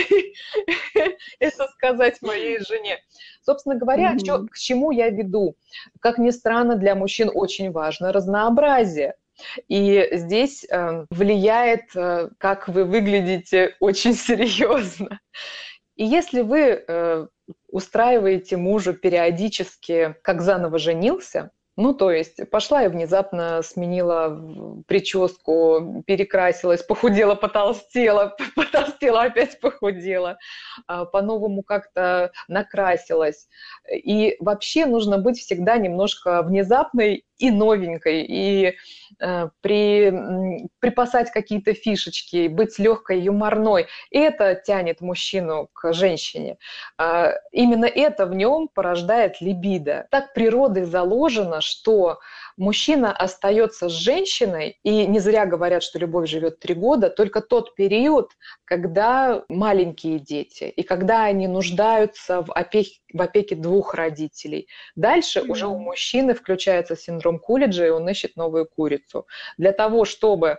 это сказать моей жене. Собственно говоря, к чему я веду? Как ни странно, для мужчин очень важно разнообразие. И здесь влияет, как вы выглядите, очень серьезно. И если вы устраиваете мужу периодически, как заново женился, ну, то есть пошла и внезапно сменила прическу, перекрасилась, похудела, потолстела, потолстела, опять похудела, по-новому как-то накрасилась. И вообще нужно быть всегда немножко внезапной и новенькой, и припасать какие-то фишечки, быть легкой, юморной. И это тянет мужчину к женщине. Именно это в нем порождает либидо. Так природой заложено, что мужчина остается с женщиной, и не зря говорят, что любовь живет 3 года, только тот период, когда маленькие дети, и когда они нуждаются в опеке 2 родителей. Дальше уже у мужчины включается синдром Кулиджа, и он ищет новую курицу. Для того, чтобы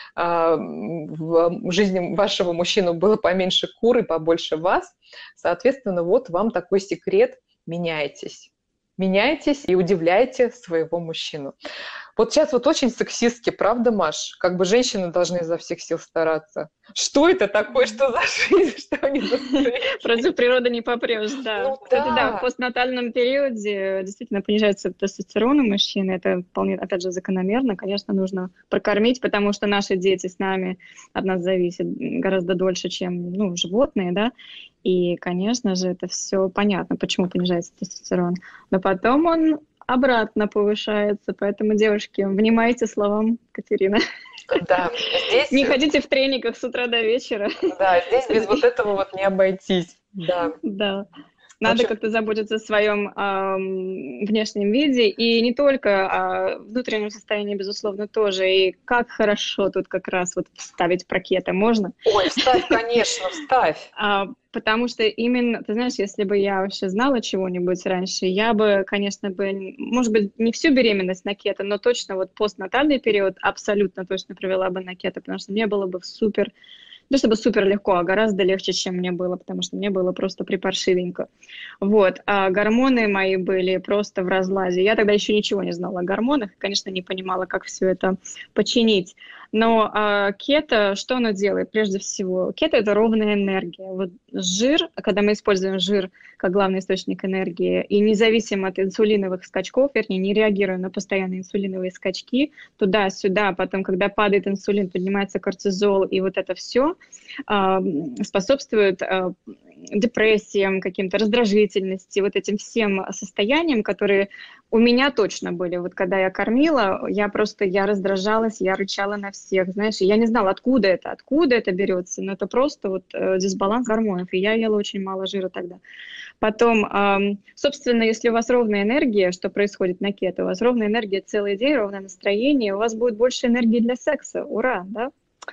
в жизни вашего мужчины было поменьше кур и побольше вас, соответственно, вот вам такой секрет: меняйтесь. Меняйтесь и удивляйте своего мужчину. Вот сейчас вот очень сексистски, правда, Маш? Как бы женщины должны изо всех сил стараться. Что это такое? Что за жизнь? Что они за Против природы не попрешь, да. Ну, Кстати, да. да, в постнатальном периоде действительно понижается тестостерон у мужчин. Это вполне, опять же, закономерно. Конечно, нужно прокормить, потому что наши дети с нами от нас зависят гораздо дольше, чем животные, да. И, конечно же, это все понятно, почему понижается тестостерон. Но потом он обратно повышается. Поэтому, девушки, внимайте словам Катерины. Да, здесь... Не ходите в трениках с утра до вечера. Да, здесь без вот этого вот не обойтись. Да. Да. Надо как-то заботиться о своем внешнем виде, и не только о внутреннем состоянии, безусловно, тоже. И как хорошо тут как раз вот вставить прокеты. Можно? Ой, вставь, конечно, вставь. Потому что именно, ты знаешь, если бы я вообще знала чего-нибудь раньше, я бы, конечно, может быть, не всю беременность на кето, но точно вот постнатальный период абсолютно точно провела бы на кето, потому что мне было бы супер, не чтобы супер легко, а гораздо легче, чем мне было, потому что мне было просто припаршивенько. Вот. А гормоны мои были просто в разладе. Я тогда еще ничего не знала о гормонах, конечно, не понимала, как все это починить. Но кето, что оно делает? Прежде всего, кето – это ровная энергия. Вот жир, когда мы используем жир как главный источник энергии, и независимо от инсулиновых скачков, вернее, не реагируя на постоянные инсулиновые скачки, туда-сюда, потом, когда падает инсулин, поднимается кортизол, и вот это все способствует депрессиям, каким-то раздражительности, вот этим всем состояниям, которые у меня точно были. Вот когда я кормила, я раздражалась, я рычала на всех, знаешь, и я не знала, откуда это берется, но это просто вот дисбаланс гормонов, и я ела очень мало жира тогда. Потом, собственно, если у вас ровная энергия, что происходит на кето, у вас ровная энергия целый день, ровное настроение, у вас будет больше энергии для секса, ура, да?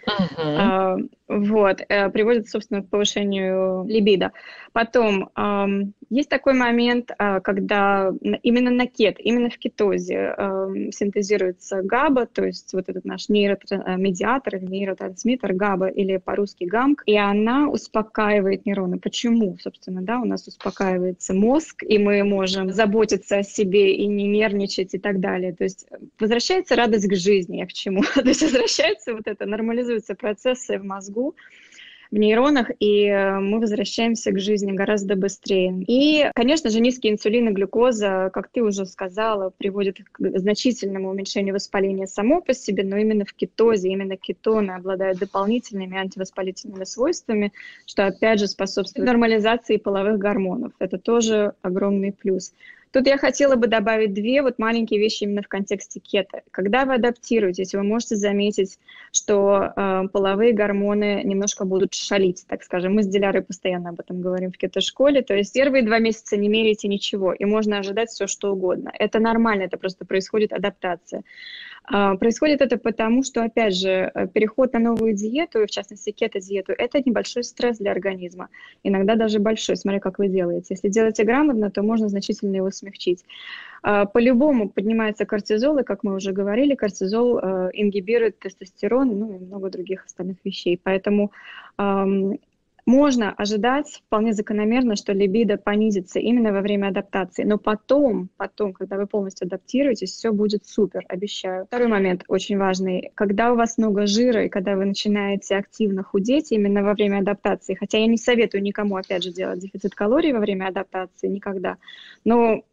Приводит, собственно, к повышению либидо. Потом, есть такой момент, когда именно на кет, именно в кетозе синтезируется габа, то есть вот этот наш нейромедиатор, нейротрансмиттер габа, или по-русски гамк, и она успокаивает нейроны. Почему? Собственно, да, у нас успокаивается мозг, и мы можем заботиться о себе и не нервничать и так далее. То есть возвращается радость к жизни, я к чему? То есть возвращается вот это, нормализуются процессы в мозгу, в нейронах, и мы возвращаемся к жизни гораздо быстрее. И, конечно же, низкий инсулин и глюкоза, как ты уже сказала, приводит к значительному уменьшению воспаления само по себе, но именно в кетозе, именно кетоны обладают дополнительными антивоспалительными свойствами, что, опять же, способствует нормализации половых гормонов. Это тоже огромный плюс. Тут я хотела бы добавить 2 вот маленькие вещи именно в контексте кето. Когда вы адаптируетесь, вы можете заметить, что половые гормоны немножко будут шалить, так скажем. Мы с Дилярой постоянно об этом говорим в кето-школе. То есть первые 2 месяца не меряйте ничего, и можно ожидать все, что угодно. Это нормально, это просто происходит адаптация. Происходит это потому, что, опять же, переход на новую диету, в частности, кето-диету, это небольшой стресс для организма. Иногда даже большой, смотря как вы делаете. Если делаете грамотно, то можно значительно его смягчить. По-любому поднимается кортизол, и, как мы уже говорили, кортизол ингибирует тестостерон, и много других остальных вещей. Поэтому Можно ожидать вполне закономерно, что либидо понизится именно во время адаптации, но потом, когда вы полностью адаптируетесь, все будет супер, обещаю. Второй момент очень важный. Когда у вас много жира и когда вы начинаете активно худеть именно во время адаптации, хотя я не советую никому, опять же, делать дефицит калорий во время адаптации, никогда, но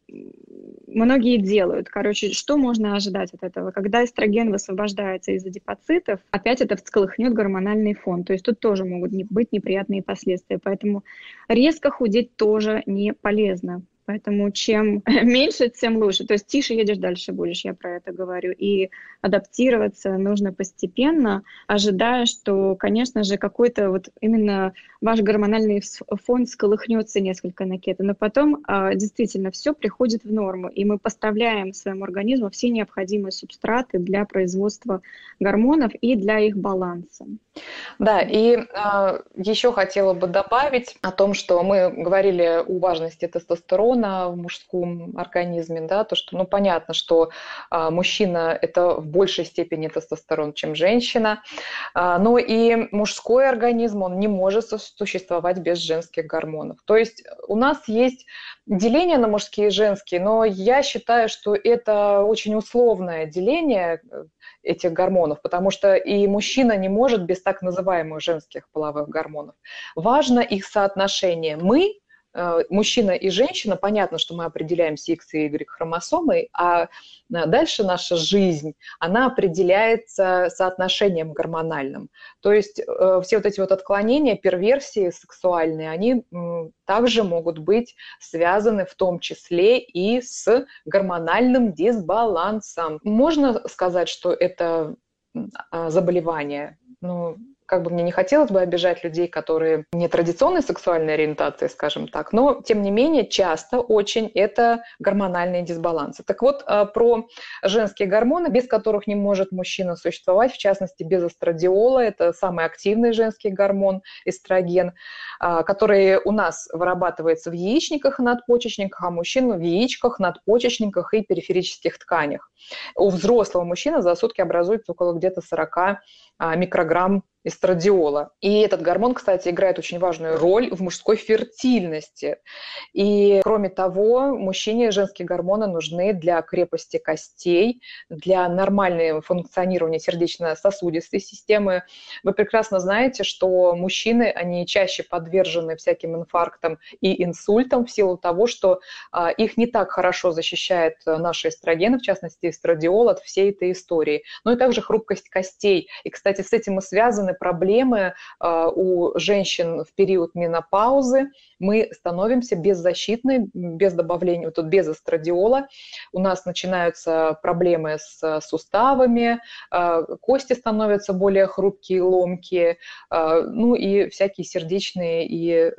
многие делают. Короче, что можно ожидать от этого? Когда эстроген высвобождается из адипоцитов, опять это всколыхнет гормональный фон. То есть тут тоже могут быть неприятные последствия. Поэтому резко худеть тоже не полезно. Поэтому чем меньше, тем лучше. То есть тише едешь, дальше будешь, я про это говорю. И адаптироваться нужно постепенно, ожидая, что, конечно же, какой-то вот именно ваш гормональный фон всколыхнется несколько на кето. Но потом действительно все приходит в норму, и мы поставляем своему организму все необходимые субстраты для производства гормонов и для их баланса. Да, и еще хотела бы добавить о том, что мы говорили о важности тестостерона в мужском организме, да, то, что, ну, понятно, что мужчина – это в большей степени тестостерон, чем женщина, но и мужской организм, он не может существовать без женских гормонов. То есть у нас есть деление на мужские и женские, но я считаю, что это очень условное деление этих гормонов, потому что и мужчина не может без так называемых женских половых гормонов. Важно их соотношение. Мы, мужчина и женщина, понятно, что мы определяемся X и Y хромосомой, а дальше наша жизнь, она определяется соотношением гормональным. То есть все вот эти вот отклонения, перверсии сексуальные, они также могут быть связаны в том числе и с гормональным дисбалансом. Можно сказать, что это заболевание? Ну, как бы мне не хотелось бы обижать людей, которые нетрадиционной сексуальной ориентации, скажем так, но, тем не менее, часто очень это гормональные дисбалансы. Так вот, про женские гормоны, без которых не может мужчина существовать, в частности, без эстрадиола, это самый активный женский гормон, эстроген, который у нас вырабатывается в яичниках и надпочечниках, а мужчин в яичках, надпочечниках и периферических тканях. У взрослого мужчины за сутки образуется около где-то 40 микрограмм эстрадиола. И этот гормон, кстати, играет очень важную роль в мужской фертильности. И, кроме того, мужчине женские гормоны нужны для крепости костей, для нормального функционирования сердечно-сосудистой системы. Вы прекрасно знаете, что мужчины, они чаще подвержены всяким инфарктам и инсультам в силу того, что их не так хорошо защищает наши эстрогены, в частности, эстрадиол от всей этой истории. Ну и также хрупкость костей. И, кстати, с этим и связаны проблемы у женщин в период менопаузы. Мы становимся беззащитны, без добавления, вот без эстрадиола. У нас начинаются проблемы с суставами, кости становятся более хрупкие, ломкие, ну и всякие сердечные и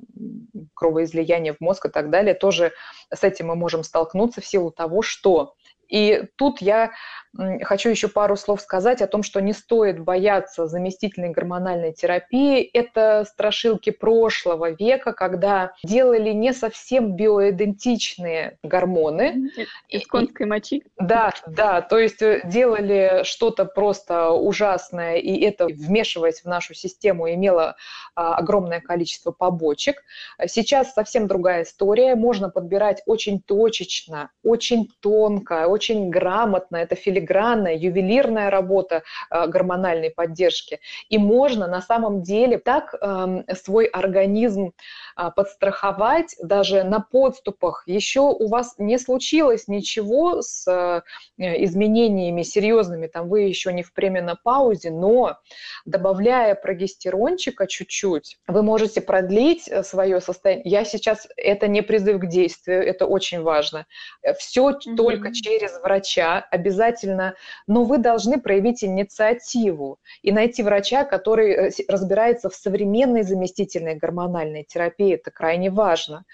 кровоизлияния в мозг и так далее. Тоже с этим мы можем столкнуться в силу того, что... И тут я хочу еще пару слов сказать о том, что не стоит бояться заместительной гормональной терапии. Это страшилки прошлого века, когда делали не совсем биоидентичные гормоны. Из конской мочи? Да, да, то есть делали что-то просто ужасное, и это, вмешиваясь в нашу систему, имело огромное количество побочек. Сейчас совсем другая история. Можно подбирать очень точечно, очень тонко, очень грамотно. Это филигранная, ювелирная работа гормональной поддержки. И можно на самом деле так свой организм подстраховать даже на подступах. Еще у вас не случилось ничего с изменениями серьезными, там вы еще не в пременопаузе, но добавляя прогестерончика чуть-чуть, вы можете продлить свое состояние. Я сейчас, это не призыв к действию, это очень важно. Все только через врача обязательно, но вы должны проявить инициативу и найти врача, который разбирается в современной заместительной гормональной терапии. Это крайне важно.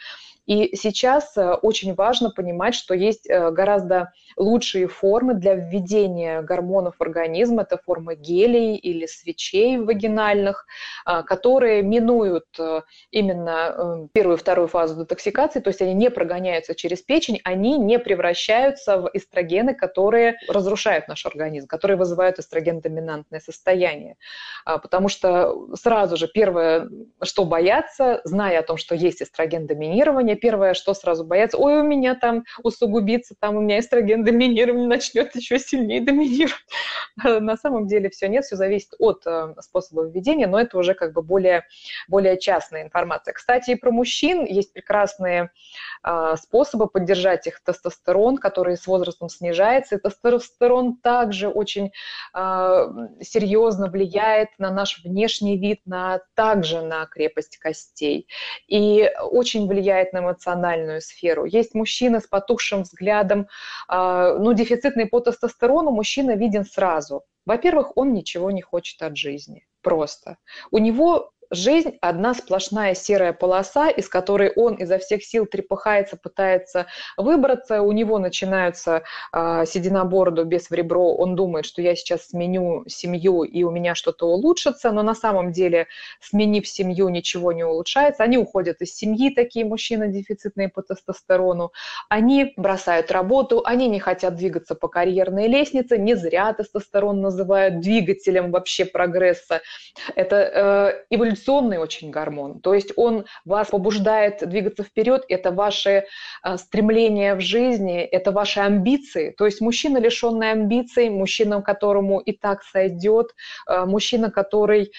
И сейчас очень важно понимать, что есть гораздо лучшие формы для введения гормонов в организм. Это формы гелей или свечей вагинальных, которые минуют именно первую и вторую фазу детоксикации, то есть они не прогоняются через печень, они не превращаются в эстрогены, которые разрушают наш организм, которые вызывают эстроген-доминантное состояние. Потому что сразу же первое, что бояться, зная о том, что есть эстроген-доминирование, первое, что сразу бояться, ой, у меня там усугубится, там у меня эстроген-доминирование начнет еще сильнее доминировать. На самом деле все нет, все зависит от способа введения, но это уже как бы более частная информация. Кстати, и про мужчин есть прекрасные способы поддержать их тестостерон, который с возрастом снижается. И тестостерон также очень серьезно влияет на наш внешний вид, также на крепость костей и очень влияет на эмоциональную сферу. Есть мужчины с потухшим взглядом, дефицитный по тестостерону мужчина виден сразу. Во-первых, он ничего не хочет от жизни, просто. У него жизнь одна сплошная серая полоса, из которой он изо всех сил трепыхается, пытается выбраться. У него начинаются седина бороду, без в ребро. Он думает, что я сейчас сменю семью, и у меня что-то улучшится. Но на самом деле, сменив семью, ничего не улучшается. Они уходят из семьи, такие мужчины дефицитные по тестостерону. Они бросают работу, они не хотят двигаться по карьерной лестнице. Не зря тестостерон называют двигателем вообще прогресса. Это эволюционный очень гормон, то есть он вас побуждает двигаться вперед, это ваши стремления в жизни, это ваши амбиции, то есть мужчина, лишенный амбиций, мужчина, которому и так сойдет, мужчина, который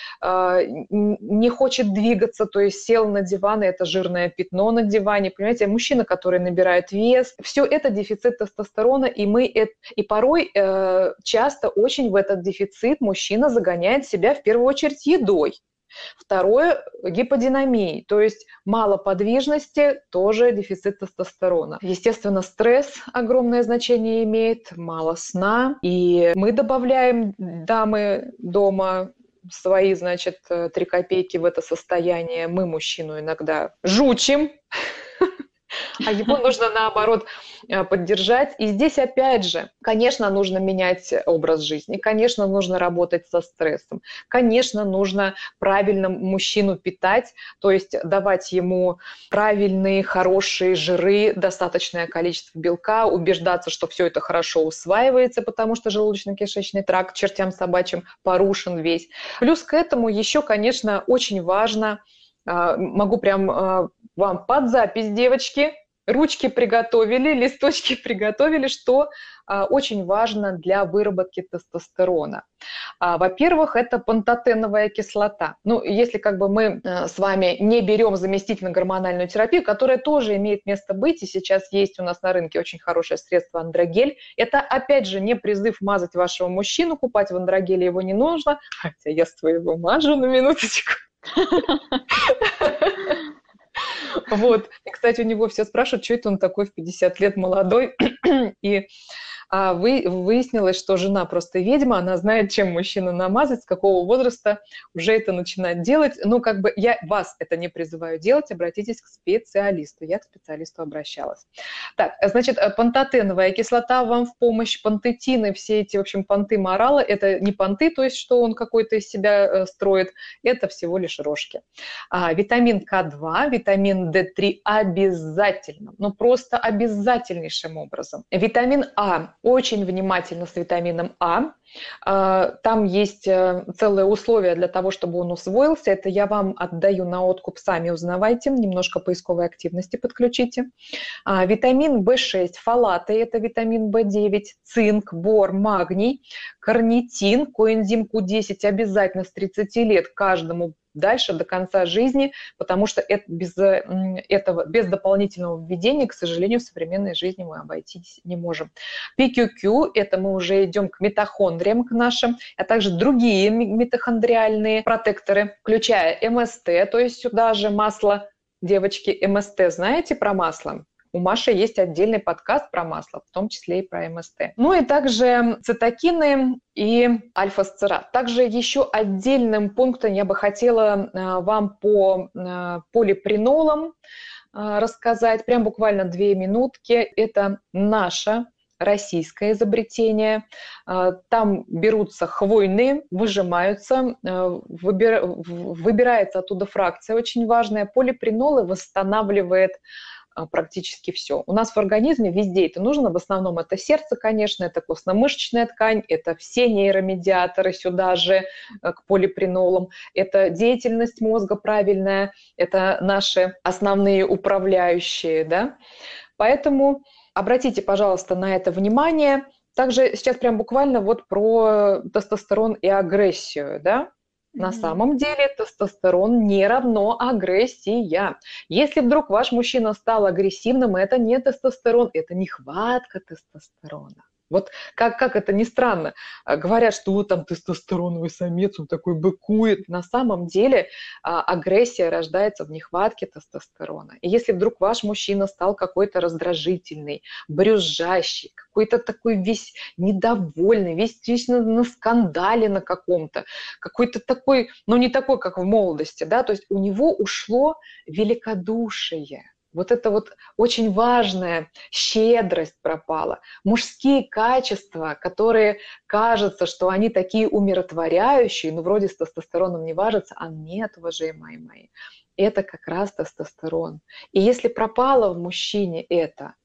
не хочет двигаться, то есть сел на диван, и это жирное пятно на диване, понимаете, мужчина, который набирает вес, все это дефицит тестостерона, и порой часто очень в этот дефицит мужчина загоняет себя в первую очередь едой. Второе – гиподинамией, то есть мало подвижности, тоже дефицит тестостерона. Естественно, стресс огромное значение имеет, мало сна. И мы добавляем, дамы, дома свои, 3 копейки в это состояние. Мы мужчину иногда жучим, а его нужно, наоборот, поддержать. И здесь, опять же, конечно, нужно менять образ жизни, конечно, нужно работать со стрессом, конечно, нужно правильно мужчину питать, то есть давать ему правильные, хорошие жиры, достаточное количество белка, убеждаться, что все это хорошо усваивается, потому что желудочно-кишечный тракт чертям собачьим порушен весь. Плюс к этому еще, конечно, очень важно, могу прям вам под запись, девочки, ручки приготовили, листочки приготовили, что очень важно для выработки тестостерона. Во-первых, это пантотеновая кислота. Если мы с вами не берем заместительно-гормональную терапию, которая тоже имеет место быть, и сейчас есть у нас на рынке очень хорошее средство андрогель, это, опять же, не призыв мазать вашего мужчину, купать в андрогеле его не нужно, хотя я своего мажу на минуточку. Вот. И, кстати, у него все спрашивают, что это он такой в 50 лет молодой. И выяснилось, что жена просто ведьма, она знает, чем мужчину намазать, с какого возраста уже это начинать делать. Я вас это не призываю делать, обратитесь к специалисту. Я к специалисту обращалась. Так, пантотеновая кислота вам в помощь, пантетины, все эти, в общем, понты морала, это не понты, то есть, что он какой-то из себя строит, это всего лишь рожки. Витамин К2, витамин D3 обязательно, просто обязательнейшим образом. Витамин А. Очень внимательно с витамином А. Там есть целое условие для того, чтобы он усвоился. Это я вам отдаю на откуп, сами узнавайте, немножко поисковой активности подключите. Витамин В6, фолаты, это витамин В9, цинк, бор, магний, карнитин, коэнзим Q10 обязательно с 30 лет каждому дальше до конца жизни, потому что без дополнительного введения, к сожалению, в современной жизни мы обойтись не можем. PQQ, это мы уже идем к митохондриям, к нашим, а также другие митохондриальные протекторы, включая МСТ, то есть сюда же масло, девочки, МСТ, знаете про масло? У Маши есть отдельный подкаст про масло, в том числе и про МСТ. И также цитокины и альфа-сцерат. Также еще отдельным пунктом я бы хотела вам по полипренолам рассказать, прям буквально 2 минутки. Это наше российское изобретение. Там берутся хвойные, выжимаются, выбирается оттуда фракция очень важная. Полипренол восстанавливает практически все. У нас в организме везде это нужно, в основном это сердце, конечно, это костно-мышечная ткань, это все нейромедиаторы сюда же к полипренолам, это деятельность мозга правильная, это наши основные управляющие, да. Поэтому обратите, пожалуйста, на это внимание. Также сейчас прям буквально вот про тестостерон и агрессию, да. На самом деле тестостерон не равно агрессия. Если вдруг ваш мужчина стал агрессивным, это не тестостерон, это нехватка тестостерона. Вот как это ни странно, говорят, что вот там тестостероновый самец, он такой быкует. На самом деле агрессия рождается в нехватке тестостерона. И если вдруг ваш мужчина стал какой-то раздражительный, брюзжащий, какой-то такой весь недовольный, весь на скандале на каком-то, какой-то такой, ну не такой, как в молодости, да, то есть у него ушло великодушие. Вот это вот очень важная щедрость пропала. Мужские качества, которые кажется, что они такие умиротворяющие, но вроде с тестостероном не вяжутся, а нет, уважаемые мои, это как раз тестостерон. И если пропало в мужчине это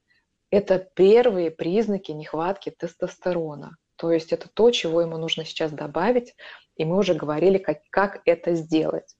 первые признаки нехватки тестостерона. То есть это то, чего ему нужно сейчас добавить, и мы уже говорили, как это сделать.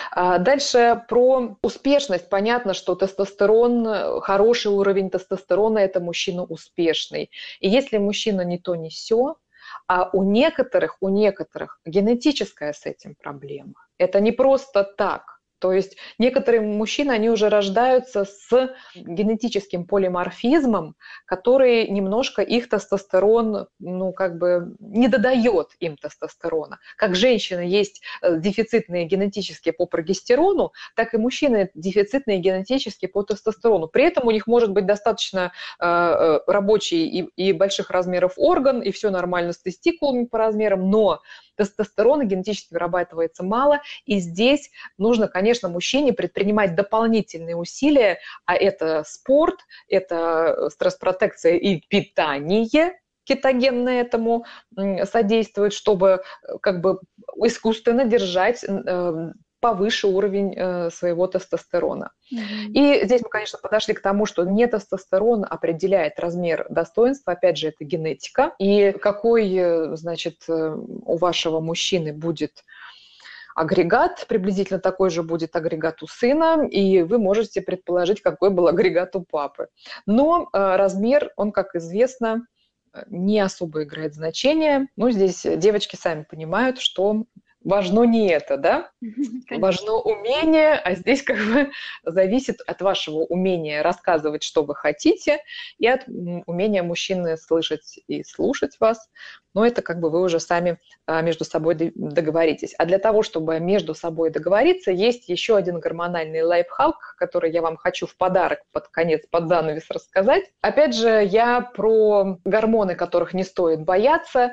Дальше про успешность. Понятно, что тестостерон, хороший уровень тестостерона – это мужчина успешный. И если мужчина не то, не сё, а у некоторых генетическая с этим проблема. Это не просто так. То есть некоторые мужчины, они уже рождаются с генетическим полиморфизмом, который немножко их тестостерон, ну, как бы не додает им тестостерона. Как женщины есть дефицитные генетические по прогестерону, так и мужчины дефицитные генетически по тестостерону. При этом у них может быть достаточно рабочий и больших размеров орган, и все нормально с тестикулами по размерам, но тестостерона генетически вырабатывается мало, и здесь нужно, конечно, мужчине предпринимать дополнительные усилия, а это спорт, это стресс-протекция и питание кетогенное этому содействует, чтобы как бы искусственно держать повыше уровень своего тестостерона. И здесь мы, конечно, подошли к тому, что не тестостерон определяет размер достоинства, опять же, это генетика. И какой, значит, у вашего мужчины будет агрегат, приблизительно такой же будет агрегат у сына, и вы можете предположить, какой был агрегат у папы. Но размер, он, как известно, не особо играет значение. Ну, здесь девочки сами понимают, что важно не это, да? Конечно. Важно умение, а здесь как бы зависит от вашего умения рассказывать, что вы хотите, и от умения мужчины слышать и слушать вас. Но это как бы вы уже сами между собой договоритесь. А для того, чтобы между собой договориться, есть еще один гормональный лайфхак, который я вам хочу в подарок под конец, под занавес рассказать. Опять же, я про гормоны, которых не стоит бояться.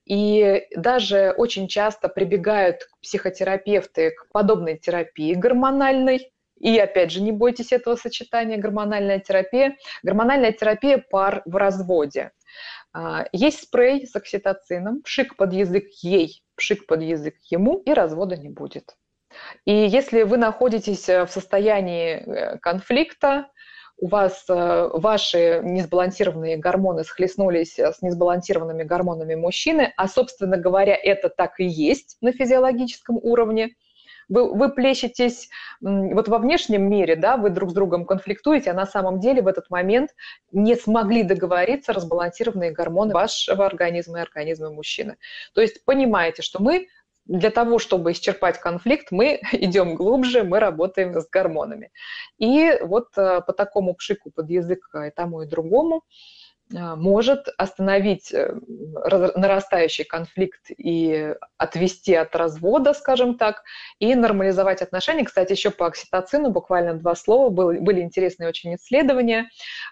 И даже очень часто прибегают психотерапевты к подобной терапии гормональной. И опять же, не бойтесь этого сочетания гормональная терапия пар в разводе. Есть спрей с окситоцином, пшик под язык ей, пшик под язык ему, и развода не будет. И если вы находитесь в состоянии конфликта, у вас ваши несбалансированные гормоны схлестнулись с несбалансированными гормонами мужчины, а, собственно говоря, это так и есть на физиологическом уровне. Вы плещетесь вот во внешнем мире, да, вы друг с другом конфликтуете, а на самом деле в этот момент не смогли договориться разбалансированные гормоны вашего организма и организма мужчины. То есть понимаете, что мы для того, чтобы исчерпать конфликт, мы идем глубже, мы работаем с гормонами. И вот по такому пшику под язык и тому, и другому может остановить нарастающий конфликт и отвести от развода, скажем так, и нормализовать отношения. Кстати, еще по окситоцину буквально 2 слова. Были интересные очень исследования.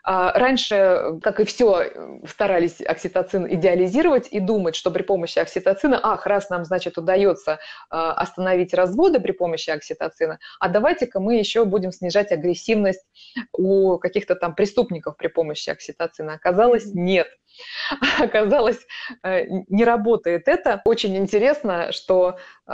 Раньше, как и все, старались окситоцин идеализировать и думать, что при помощи окситоцина, раз нам, значит, удается остановить разводы при помощи окситоцина, а давайте-ка мы еще будем снижать агрессивность у каких-то там преступников при помощи окситоцина. Оказалось, нет. Оказалось, не работает это. Очень интересно, что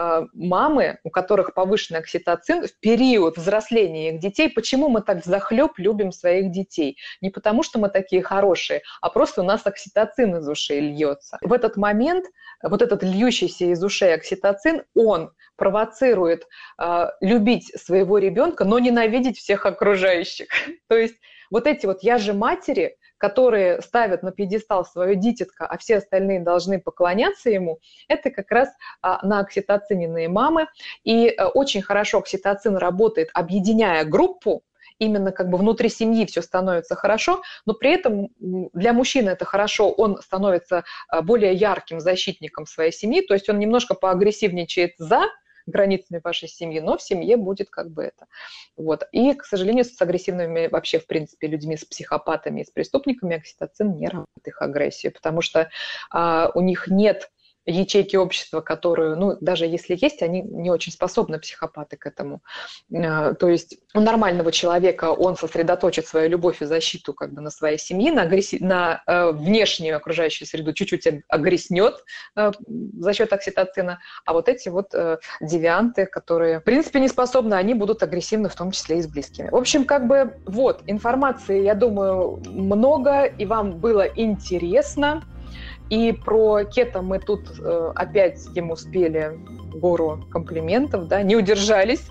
мамы, у которых повышенный окситоцин, в период взросления их детей, почему мы так взахлеб любим своих детей? Не потому, что мы такие хорошие, а просто у нас окситоцин из ушей льется. В этот момент вот этот льющийся из ушей окситоцин, он провоцирует любить своего ребенка, но ненавидеть всех окружающих. То есть вот эти вот «я же матери», которые ставят на пьедестал свое дитятко, а все остальные должны поклоняться ему, это как раз на окситоциненные мамы. И очень хорошо окситоцин работает, объединяя группу, именно как бы внутри семьи все становится хорошо, но при этом для мужчины это хорошо, он становится более ярким защитником своей семьи, то есть он немножко поагрессивничает за границами вашей семьи, но в семье будет как бы это. Вот. И, к сожалению, с агрессивными вообще, в принципе, людьми, с психопатами и с преступниками окситоцин не работает их агрессию, потому что у них нет ячейки общества, которую, даже если есть, они не очень способны, психопаты, к этому. То есть у нормального человека он сосредоточит свою любовь и защиту как бы на своей семье, на внешнюю окружающую среду чуть-чуть огреснет за счет окситоцина, а вот эти вот девианты, которые, в принципе, не способны, они будут агрессивны, в том числе и с близкими. В общем, как бы вот, информации, я думаю, много, и вам было интересно. И про Кета мы тут опять ему спели гору комплиментов, да, не удержались.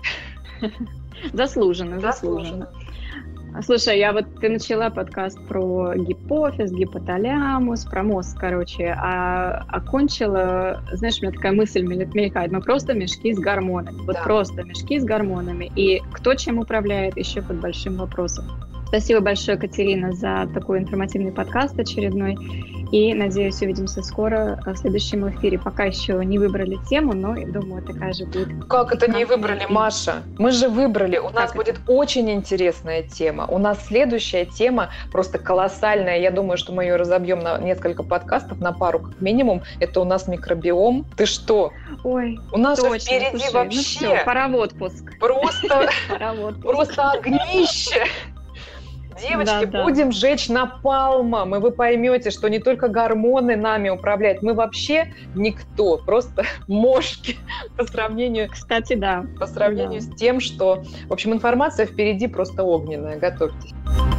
Заслуженно. Слушай, ты начала подкаст про гипофиз, гипоталямус, про мозг, а окончила, знаешь, у меня такая мысль мелькает, мы просто мешки с гормонами, просто мешки с гормонами, и кто чем управляет, еще под большим вопросом. Спасибо большое, Катерина, за такой информативный подкаст очередной. И, надеюсь, увидимся скоро в следующем эфире. Пока еще не выбрали тему, но, я думаю, такая же будет. Как это не выбрали, Маша? Мы же выбрали. У нас будет очень интересная тема. У нас следующая тема просто колоссальная. Я думаю, что мы ее разобьем на несколько подкастов, на пару как минимум. Это у нас микробиом. Ты что? Ой, у нас точно, же впереди слушай, вообще... все, пора в отпуск. Просто огнище. Девочки, будем жечь напалмом, и вы поймете, что не только гормоны нами управляют, мы вообще никто, просто мошки по сравнению, с тем, что, в общем, информация впереди просто огненная, готовьтесь.